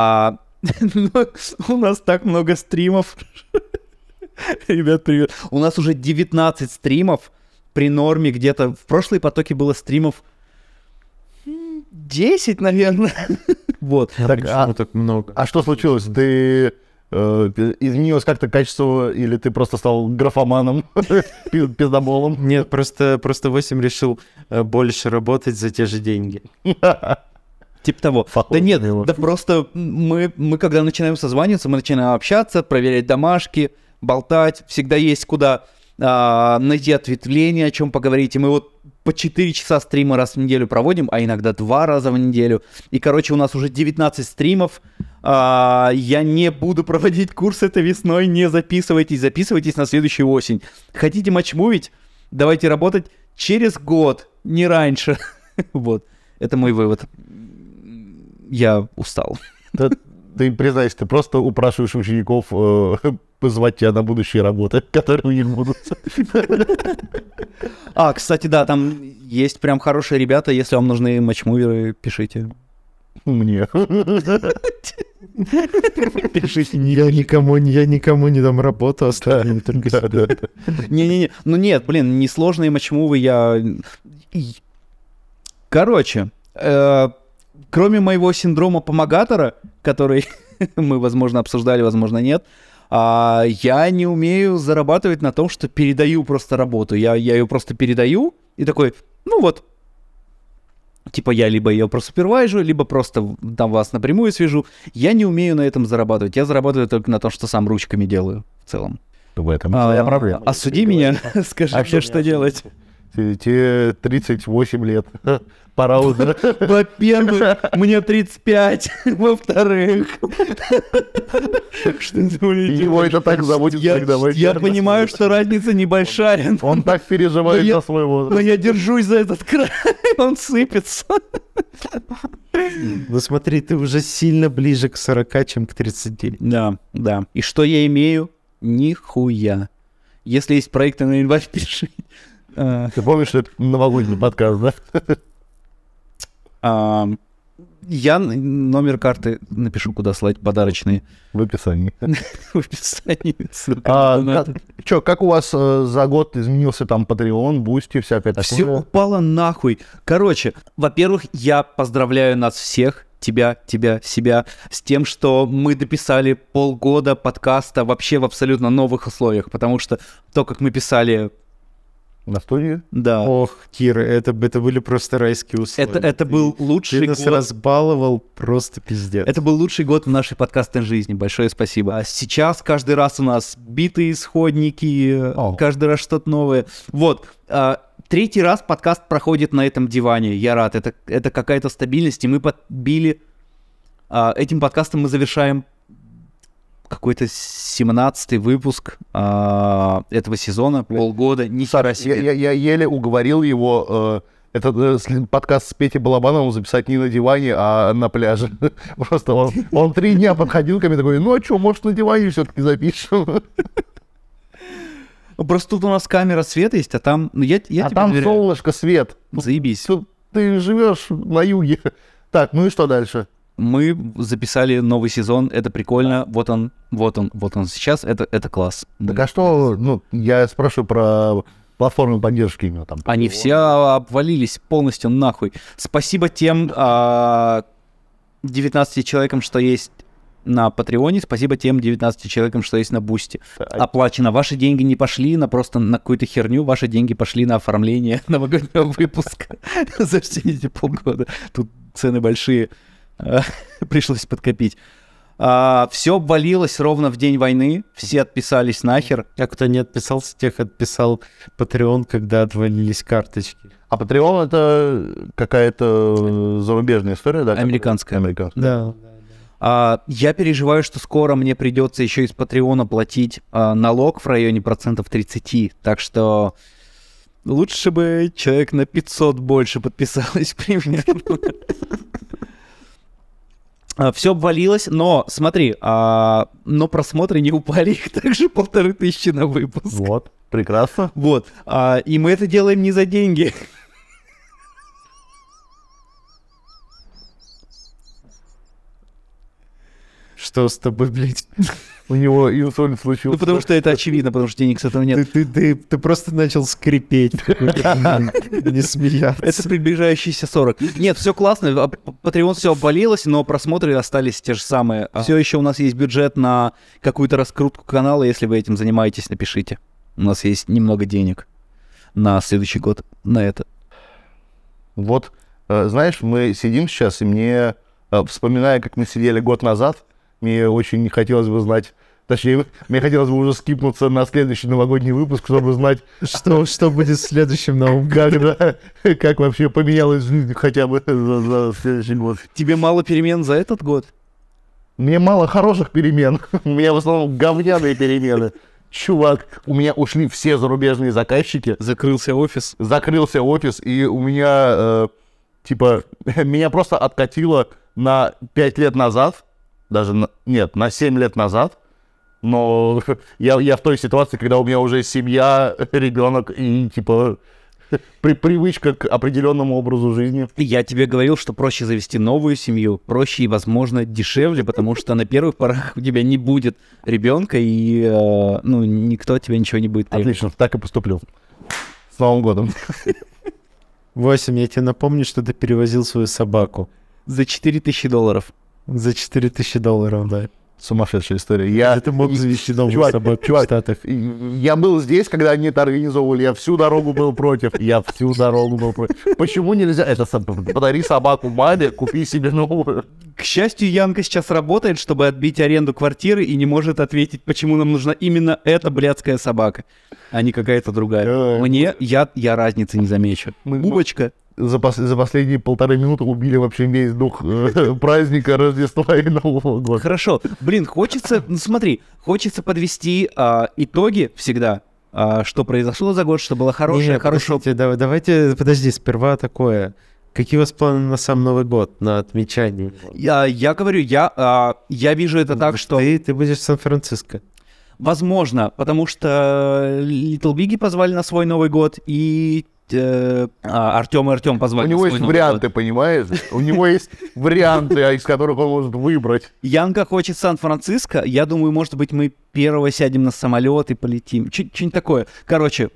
У нас так много стримов. Ребят, привет. У нас уже 19 стримов при норме где-то. В прошлые потоки было стримов 10, наверное. Вот. Так много. А что случилось? Ты изменилось как-то качество, или ты просто стал графоманом, пиздоболом? Нет, просто 8 решил больше работать за те же деньги. Типа того. Да нет, да просто мы когда начинаем созваниваться, мы начинаем общаться, проверять домашки, болтать. Всегда есть куда найти ответвление, о чем поговорить. И мы вот по 4 часа стрима раз в неделю проводим, а иногда 2 раза в неделю. И, короче, у нас уже 19 стримов. Я не буду проводить курс этой весной, не записывайтесь. Записывайтесь на следующую осень. Хотите матчмувить? Давайте работать через год, не раньше. Вот. Это мой вывод. Я устал. Ты признайся, ты просто упрашиваешь учеников позвать тебя на будущие работы, которые у них будут. Кстати, да, там есть прям хорошие ребята. Если вам нужны матчмуверы, пишите. Мне. Пишите, я никому не дам работу, оставим только себя. Не-не-не, ну нет, блин, несложные мачмувы я... Короче, кроме моего синдрома помогатора, который мы, возможно, обсуждали, возможно, нет, я не умею зарабатывать на том, что передаю просто работу. Я ее просто передаю и такой, ну вот, типа я либо ее просупервайжу, либо просто там вас напрямую свяжу. Я не умею на этом зарабатывать. Я зарабатываю только на том, что сам ручками делаю в целом. В этом твоя проблема. Осуди меня, скажи мне, что делать. Тебе 38 лет. Пора уже. Во-первых, мне 35. Во-вторых, что его это так заботит, когда вы... Я понимаю, что разница небольшая. Он так переживает за свой возраст. Но я держусь за этот край, он сыпется. Ну смотри, ты уже сильно ближе к 40, чем к 30. Да. И что я имею? Нихуя. Если есть проекты на январь, пиши. Ты помнишь, что это новогодний подкаст, да? Я номер карты напишу, куда слать подарочные. В описании. В описании. Чё, как у вас за год изменился там Patreon, Boosty, всякое такое? Все упало нахуй. Короче, во-первых, я поздравляю нас всех, тебя, себя, с тем, что мы дописали полгода подкаста вообще в абсолютно новых условиях, потому что то, как мы писали... На студии? Да. Ох, Кира, это были просто райские условия. Это был лучший год. Ты нас год. Разбаловал просто пиздец. Это был лучший год в нашей подкастной жизни. Большое спасибо. А сейчас каждый раз у нас битые исходники, каждый раз что-то новое. Вот. Третий раз подкаст проходит на этом диване. Я рад. Это какая-то стабильность. И мы подбили... Этим подкастом мы завершаем какой-то 17-й выпуск этого сезона, полгода, нихера себе. Я еле уговорил его этот подкаст с Петей Балабановым записать не на диване, а на пляже. Просто он 3 дня подходил ко мне такой, ну а что, может на диване все-таки запишем? Просто тут у нас камера света есть, а там... там солнышко, свет. Заебись. Ты живешь на юге. Так, ну и что дальше? Мы записали новый сезон, это прикольно, вот он сейчас, это класс. Так а что, я спрашиваю про платформы поддержки именно там. Они все обвалились полностью нахуй. Спасибо тем 19 человекам, что есть на Патреоне, спасибо тем 19 человекам, что есть на Бусти. Оплачено. Ваши деньги не пошли просто на какую-то херню, ваши деньги пошли на оформление новогоднего выпуска за все эти полгода. Тут цены большие. Пришлось подкопить. Все обвалилось ровно в день войны. Все отписались нахер. А кто не отписался, тех отписал Patreon, когда отвалились карточки. А Patreon — это какая-то зарубежная история, да? Американская. Да. Я переживаю, что скоро мне придется еще из Patreon платить налог в районе 30%. Так что лучше бы человек на 500 больше подписалось примерно. Все обвалилось, но смотри, но просмотры не упали, их также 1500 на выпуск. Вот, прекрасно. Вот, и мы это делаем не за деньги. Что с тобой, блядь? У него инсульт случился. Ну, потому что это очевидно, потому что денег с этого нет. Ты просто начал скрипеть. Не смеяться. Это приближающиеся 40. Нет, все классно, Patreon все обвалилось, но просмотры остались те же самые. Все еще у нас есть бюджет на какую-то раскрутку канала, если вы этим занимаетесь, напишите. У нас есть немного денег на следующий год на это. Вот, знаешь, мы сидим сейчас, и мне, вспоминая, как мы сидели год назад, мне очень хотелось бы знать, точнее, мне хотелось бы уже скипнуться на следующий новогодний выпуск, чтобы знать, что будет в следующем новом году. Как вообще поменялась жизнь хотя бы за следующий год. Тебе мало перемен за этот год? Мне мало хороших перемен. У меня в основном говняные перемены. Чувак, у меня ушли все зарубежные заказчики. Закрылся офис, и у меня, меня просто откатило на 5 лет назад, на 7 лет назад, но я в той ситуации, когда у меня уже семья, ребенок, и Привычка к определенному образу жизни. Я тебе говорил, что проще завести новую семью, проще и, возможно, дешевле, потому что на первых порах у тебя не будет ребенка, и никто от тебя ничего не будет требовать. Отлично, так и поступлю. С Новым годом. 8, я тебе напомню, что ты перевозил свою собаку. За $4000. За $4000, да. Сумасшедшая история. Ты мог завести новую собаку в Штатах. Я был здесь, когда они это организовывали. Я всю дорогу был против. Почему нельзя? Подари собаку маме, купи себе новую. К счастью, Янка сейчас работает, чтобы отбить аренду квартиры, и не может ответить, почему нам нужна именно эта блядская собака, а не какая-то другая. Я разницы не замечу. Бубочка. За последние 1,5 минуты убили вообще весь дух праздника Рождества и Нового года. Хорошо. Хочется подвести итоги всегда, что произошло за год, что было хорошее. Давайте, подожди, сперва такое. Какие у вас планы на сам Новый год, на отмечание? Я говорю, я вижу это так, что... Ты будешь в Сан-Франциско. Возможно, потому что Little Big'и позвали на свой Новый год, и Артём и Артём позвали. У него есть варианты, понимаешь? У него есть варианты, из которых он может выбрать. Янка хочет Сан-Франциско. Я думаю, может быть, мы первого сядем на самолет и полетим. Что-нибудь такое. Короче,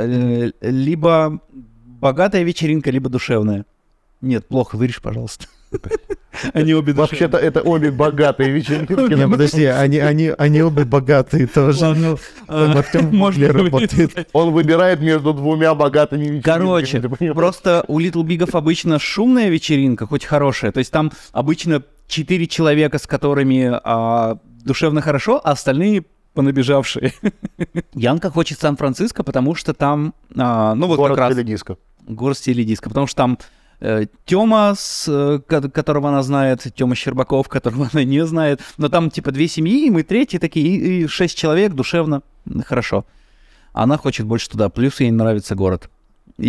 либо богатая вечеринка, либо душевная. Нет, плохо, вырежь, пожалуйста. Они обе душевные. Вообще-то это обе богатые вечеринки. Подожди, они обе богатые тоже. Можно работает. Он выбирает между двумя богатыми вечеринками. Короче, просто у Little Big'ов обычно шумная вечеринка, хоть хорошая. То есть там обычно 4 человека, с которыми душевно хорошо, а остальные понабежавшие. Янка хочет Сан-Франциско, потому что там... город в стиле диско. Город в стиле диско. Потому что там Тёма, которого она знает, Тёма Щербаков, которого она не знает. Но там типа 2 семьи, и мы третьи такие, и 6 человек, душевно, хорошо. Она хочет больше туда, плюс ей нравится город. И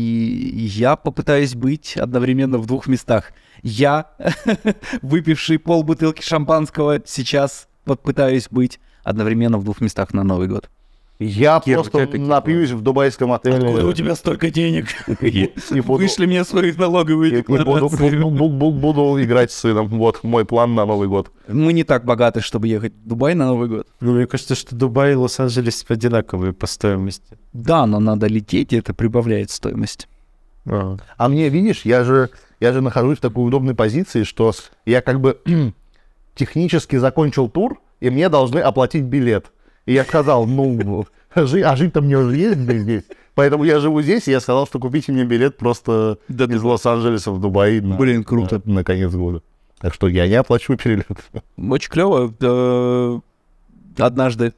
я попытаюсь быть одновременно в 2 местах. Я, выпивший полбутылки шампанского, сейчас попытаюсь быть одновременно в 2 местах на Новый год. Я просто напьюсь в дубайском отеле. Откуда у тебя столько денег? Вышли мне свою налоговую декларацию. Буду играть с сыном. Вот мой план на Новый год. Мы не так богаты, чтобы ехать в Дубай на Новый год. Мне кажется, что Дубай и Лос-Анджелес одинаковые по стоимости. Да, но надо лететь, и это прибавляет стоимость. А мне, видишь, я же нахожусь в такой удобной позиции, что я как бы технически закончил тур, и мне должны оплатить билет. И я сказал, жить-то мне уже есть здесь. Поэтому я живу здесь, и я сказал, что купите мне билет просто из Лос-Анджелеса в Дубай. Блин, круто. На конец года. Так что я не оплачу перелет. Очень клево. Однажды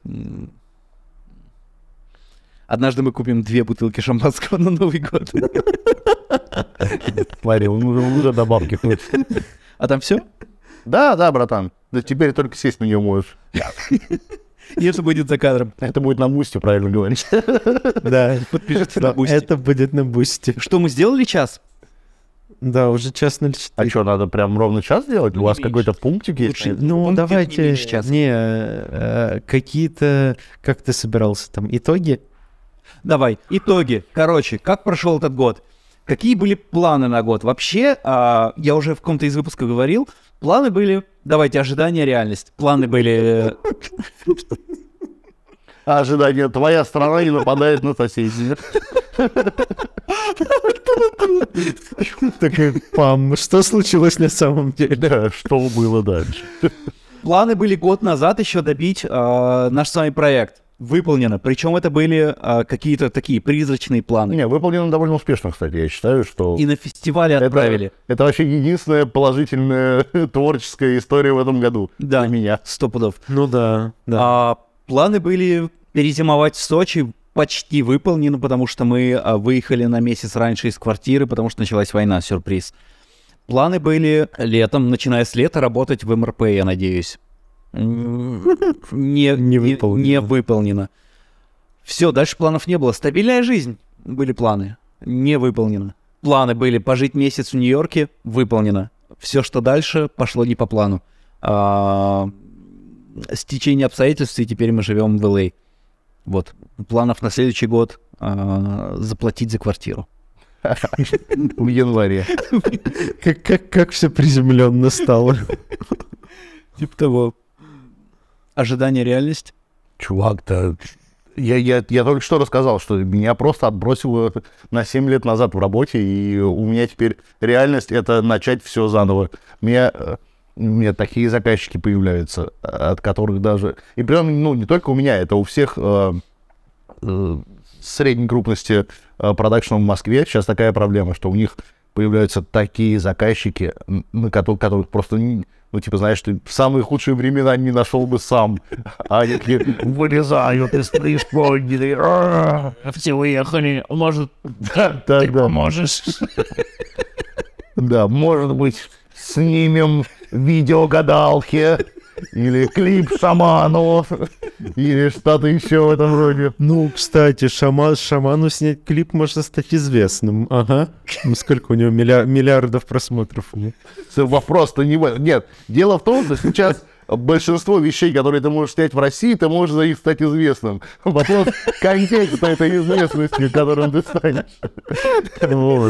мы купим 2 бутылки шампанского на Новый год. Смотри, он уже добавки хочет. А там все? Да, братан. Да теперь только сесть на нее можешь. И это будет за кадром. Это будет на Бусти, правильно говорить. Да, подпишитесь на Бусти. Это будет на Бусти. Что, мы сделали час? Да, уже 1:04. А что, надо прям ровно час делать? У вас какой-то пунктик есть? Давайте, какие-то, как ты собирался там, итоги? Давай, итоги. Короче, как прошел этот год? Какие были планы на год? Вообще, я уже в каком-то из выпусков говорил, планы были... Давайте, ожидания, реальность. Планы были... Ожидание. Твоя страна не нападает на соседей. Пам, что случилось на самом деле? Да, что было дальше? Планы были год назад еще добить наш с вами проект. Выполнено. Причем это были какие-то такие призрачные планы. Не, выполнено довольно успешно, кстати. Я считаю, что... И на фестивале отправили. Это вообще единственная положительная творческая история в этом году. Да, для меня. 100 пудов. Ну да. Планы были перезимовать в Сочи. Почти выполнено, потому что мы выехали на месяц раньше из квартиры, потому что началась война, сюрприз. Планы были летом, начиная с лета, работать в МРП, я надеюсь. Не выполнено. Все, дальше планов не было. Стабильная жизнь. Были планы. Не выполнено. Планы были пожить месяц в Нью-Йорке. Выполнено. Все, что дальше, пошло не по плану. Стечение обстоятельств, и теперь мы живем в Л.А. Вот. Планов на следующий год заплатить за квартиру. В январе. Как все приземленно стало. Типа того. Ожидание, реальность. Чувак-то... Я только что рассказал, что меня просто отбросило на 7 лет назад в работе, и у меня теперь реальность — это начать все заново. У меня такие заказчики появляются, от которых даже... И прям, не только у меня, это у всех средней крупности продакшена в Москве сейчас такая проблема, что у них появляются такие заказчики, на которых просто... знаешь, ты в самые худшие времена не нашел бы сам. А они такие вылезают из преисподней. Все уехали, может, ты поможешь? Да, может быть, снимем видео-гадалки, или клип шаману, или что-то еще в этом роде. Кстати, шаману снять клип можно стать известным. Ага. Сколько у него миллиардов просмотров? Вопрос-то не в этом. Нет, дело в том, что сейчас большинство вещей, которые ты можешь снять в России, ты можешь за них стать известным. Вопрос контекста этой известности, которым ты станешь. Вот.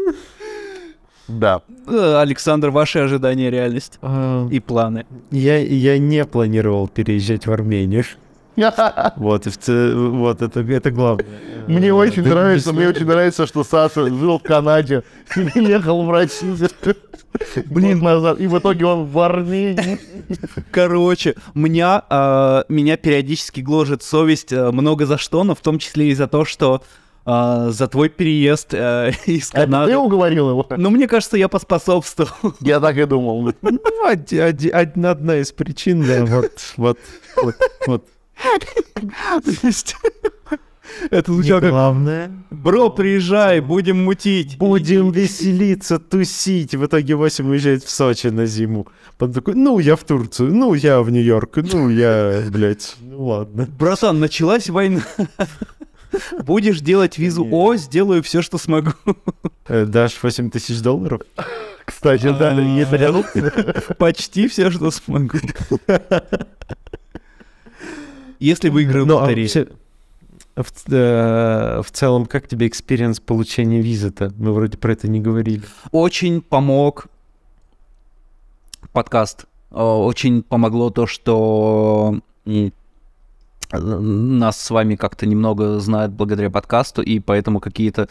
Да. Александр, ваши ожидания, реальность и планы? Я не планировал переезжать в Армению. Вот это главное. Мне очень нравится, что Саша жил в Канаде, переехал в Россию назад, и в итоге он в Армении. Короче, меня периодически гложет совесть много за что, но в том числе и за то, что за твой переезд из Канады. Ты уговорил его? Мне кажется, я поспособствовал. Я так и думал. Одна из причин, да, вот. Это звучало как... Главное. Бро, приезжай, будем мутить. Будем веселиться, тусить. В итоге Вася уезжает в Сочи на зиму. Он такой, я в Турцию, я в Нью-Йорк, ладно. Братан, началась война. Будешь делать визу О, сделаю все, что смогу. Дашь $8000? Кстати, да, не прям. Почти все, что смогу. Если выиграю в лотерею. В целом, как тебе экспириенс получения визы-то? Мы вроде про это не говорили. Очень помог подкаст. Очень помогло то, что нас с вами как-то немного знают благодаря подкасту, и поэтому какие-то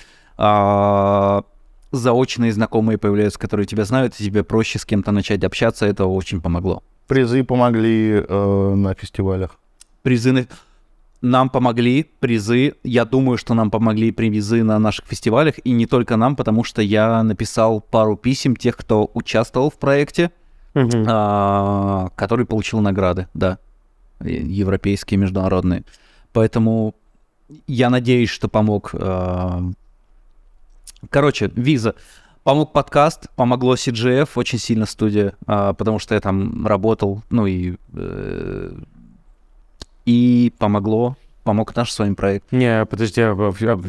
заочные знакомые появляются, которые тебя знают, и тебе проще с кем-то начать общаться. Это очень помогло. Призы помогли на фестивалях. Призы нам помогли, призы. Я думаю, что нам помогли призы на наших фестивалях, и не только нам, потому что я написал пару писем тех, кто участвовал в проекте, который получил награды, да, европейские, международные. Поэтому я надеюсь, что помог. Короче, виза. Помог подкаст, помогло CGF, очень сильно студия, потому что я там работал, и помог наш с вами проект. Не, подожди, а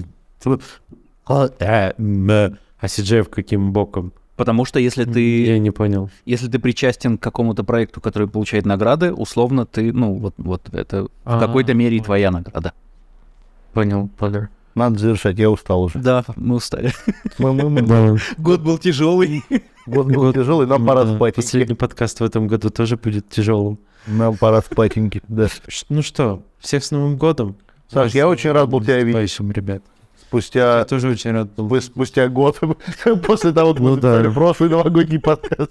CGF каким боком? Потому что если ты... Я не понял. Если ты причастен к какому-то проекту, который получает награды, условно ты, это в какой-то мере и твоя награда. Понял. Надо завершать, я устал уже. Да, мы устали. Мы. Год был тяжелый. Год был тяжелый, нам пора спать. Последний подкаст в этом году тоже будет тяжелым. Нам пора спатеньки, да. Ну что, всех с Новым годом. Саш, я очень рад был тебя видеть. Спасибо, ребят. Я тоже очень рад был. Спустя год, после того, как мы записали прошлый новогодний подкаст.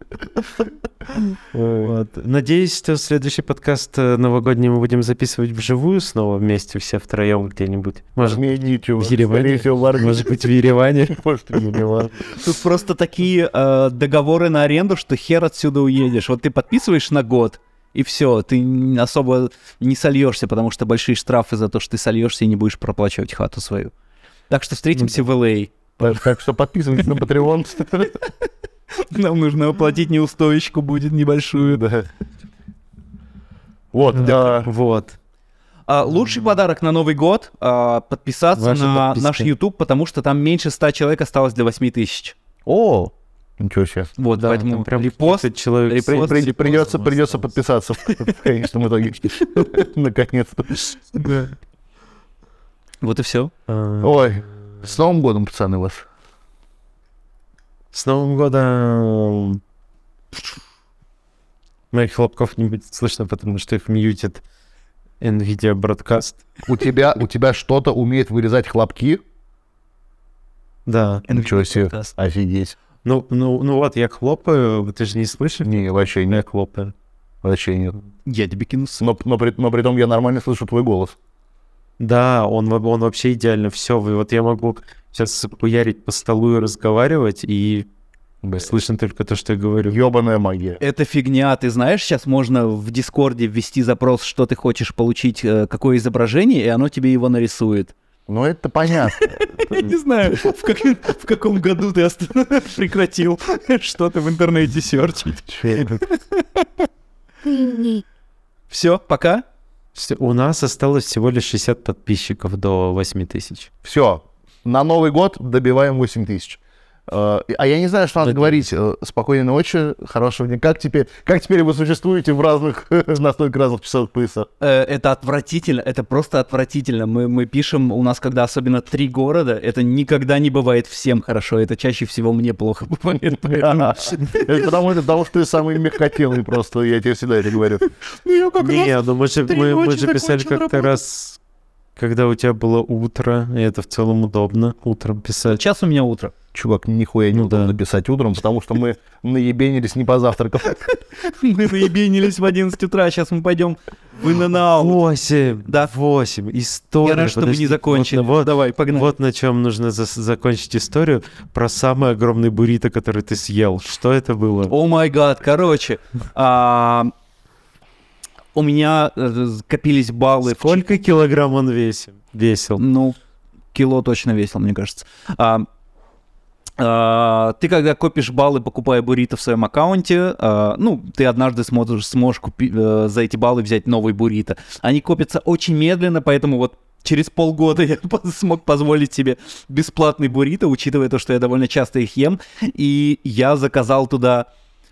Надеюсь, что следующий подкаст новогодний мы будем записывать вживую снова вместе, все втроем где-нибудь. Может, в Ереване? Может быть, в Ереване? Тут просто такие договоры на аренду, что хер отсюда уедешь. Вот ты подписываешь на год, и все, ты особо не сольешься, потому что большие штрафы за то, что ты сольешься и не будешь проплачивать хату свою. Так что встретимся в LA. Так что подписывайтесь на Patreon. Нам нужно оплатить неустойку, будет небольшую. Да. Вот. Лучший подарок на Новый год — подписаться на наш YouTube, потому что там меньше 100 человек осталось для 8000. О! Ничего себе. Вот, да, поэтому прям репост. Придется подписаться в конечном итоге. Наконец-то. Вот и все. Ой, с Новым годом, пацаны, вас. С Новым годом... Моих хлопков не будет слышно, потому что их мьютит NVIDIA Broadcast. У тебя что-то умеет вырезать хлопки? Да. Ничего себе, офигеть. Ну вот, я хлопаю, ты же не слышишь? Не, вообще Я нет. хлопаю. Вообще нет. Я тебе кину Но при том я нормально слышу твой голос. Да, он вообще идеально. Все, вот я могу сейчас хуярить по столу и разговаривать, и слышно только то, что я говорю. Ёбаная магия. Это фигня. Ты знаешь, сейчас можно в Дискорде ввести запрос, что ты хочешь получить, какое изображение, и оно тебе его нарисует. Ну, это понятно. Я не знаю, в каком году ты прекратил что-то в интернете серчить. Все, пока. У нас осталось всего лишь 60 подписчиков до 8000. Все, на Новый год добиваем 8000. А я не знаю, что надо говорить. Спокойной ночи, хорошего дня. Как теперь вы существуете в разных, настолько разных часовых поясах? Это отвратительно, это просто отвратительно. Мы пишем, у нас когда особенно 3 города, это никогда не бывает всем хорошо, это чаще всего мне плохо бывает. Это потому что ты самый мягкотелый просто, я тебе всегда это говорю. Не, ну мы же писали как-то раз, когда у тебя было утро, и это в целом удобно, утром писать. Сейчас у меня утро. Чувак, нихуя не удобно писать утром, потому что мы наебенились не позавтракав. Мы наебенились в 11 утра, сейчас мы пойдем в In-N-Out. 8, да, 8, история. Я рад, что мы не закончили. Вот, давай, погнали. Вот на чем нужно закончить историю про самый огромный буррито, который ты съел. Что это было? О май гад, короче, у меня копились баллы. Сколько килограмм он весил? Ну, кило точно весил, мне кажется. Ты когда копишь баллы, покупая буррито в своем аккаунте, ты однажды сможешь за эти баллы взять новый буррито. Они копятся очень медленно, поэтому вот через полгода я смог позволить себе бесплатный буррито, учитывая то, что я довольно часто их ем. И я заказал туда,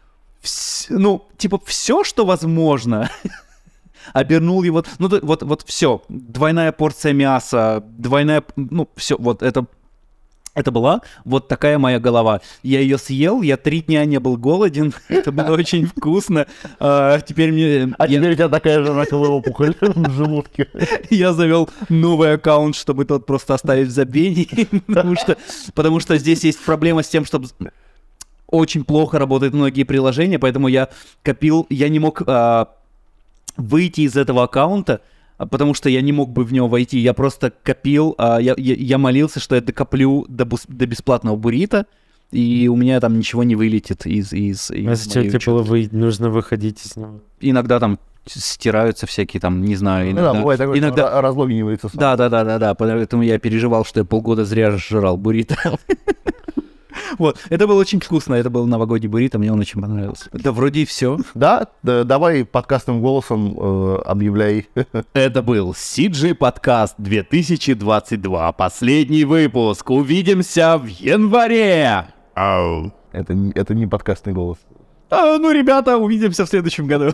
все, что возможно. Обернул его, вот все. Двойная порция мяса, все, вот это... Это была вот такая моя голова. Я ее съел, я 3 дня не был голоден, это было очень вкусно. Теперь у тебя такая же раковая опухоль в желудке. Я завел новый аккаунт, чтобы тот просто оставить в забвении, потому что здесь есть проблема с тем, что очень плохо работают многие приложения, поэтому я не мог выйти из этого аккаунта, потому что я не мог бы в него войти. Я просто копил, я молился, что я докоплю до бесплатного буррито, и у меня там ничего не вылетит из зачем тебе было нужно выходить из него? Иногда там стираются всякие там, не знаю. Иногда, бывает такое, иногда разлогинивается сам. Да, поэтому я переживал, что я полгода зря жрал буррито. Вот, это было очень вкусно, это был новогодний буррито, мне он очень понравился. Да, вроде и все. Да, давай подкастным голосом объявляй. Это был CG Подкаст 2022, последний выпуск. Увидимся в январе. Это не подкастный голос. Ребята, увидимся в следующем году.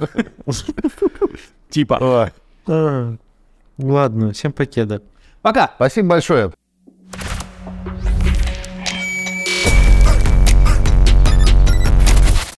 Типа. Ладно, всем покеда. Пока. Спасибо большое.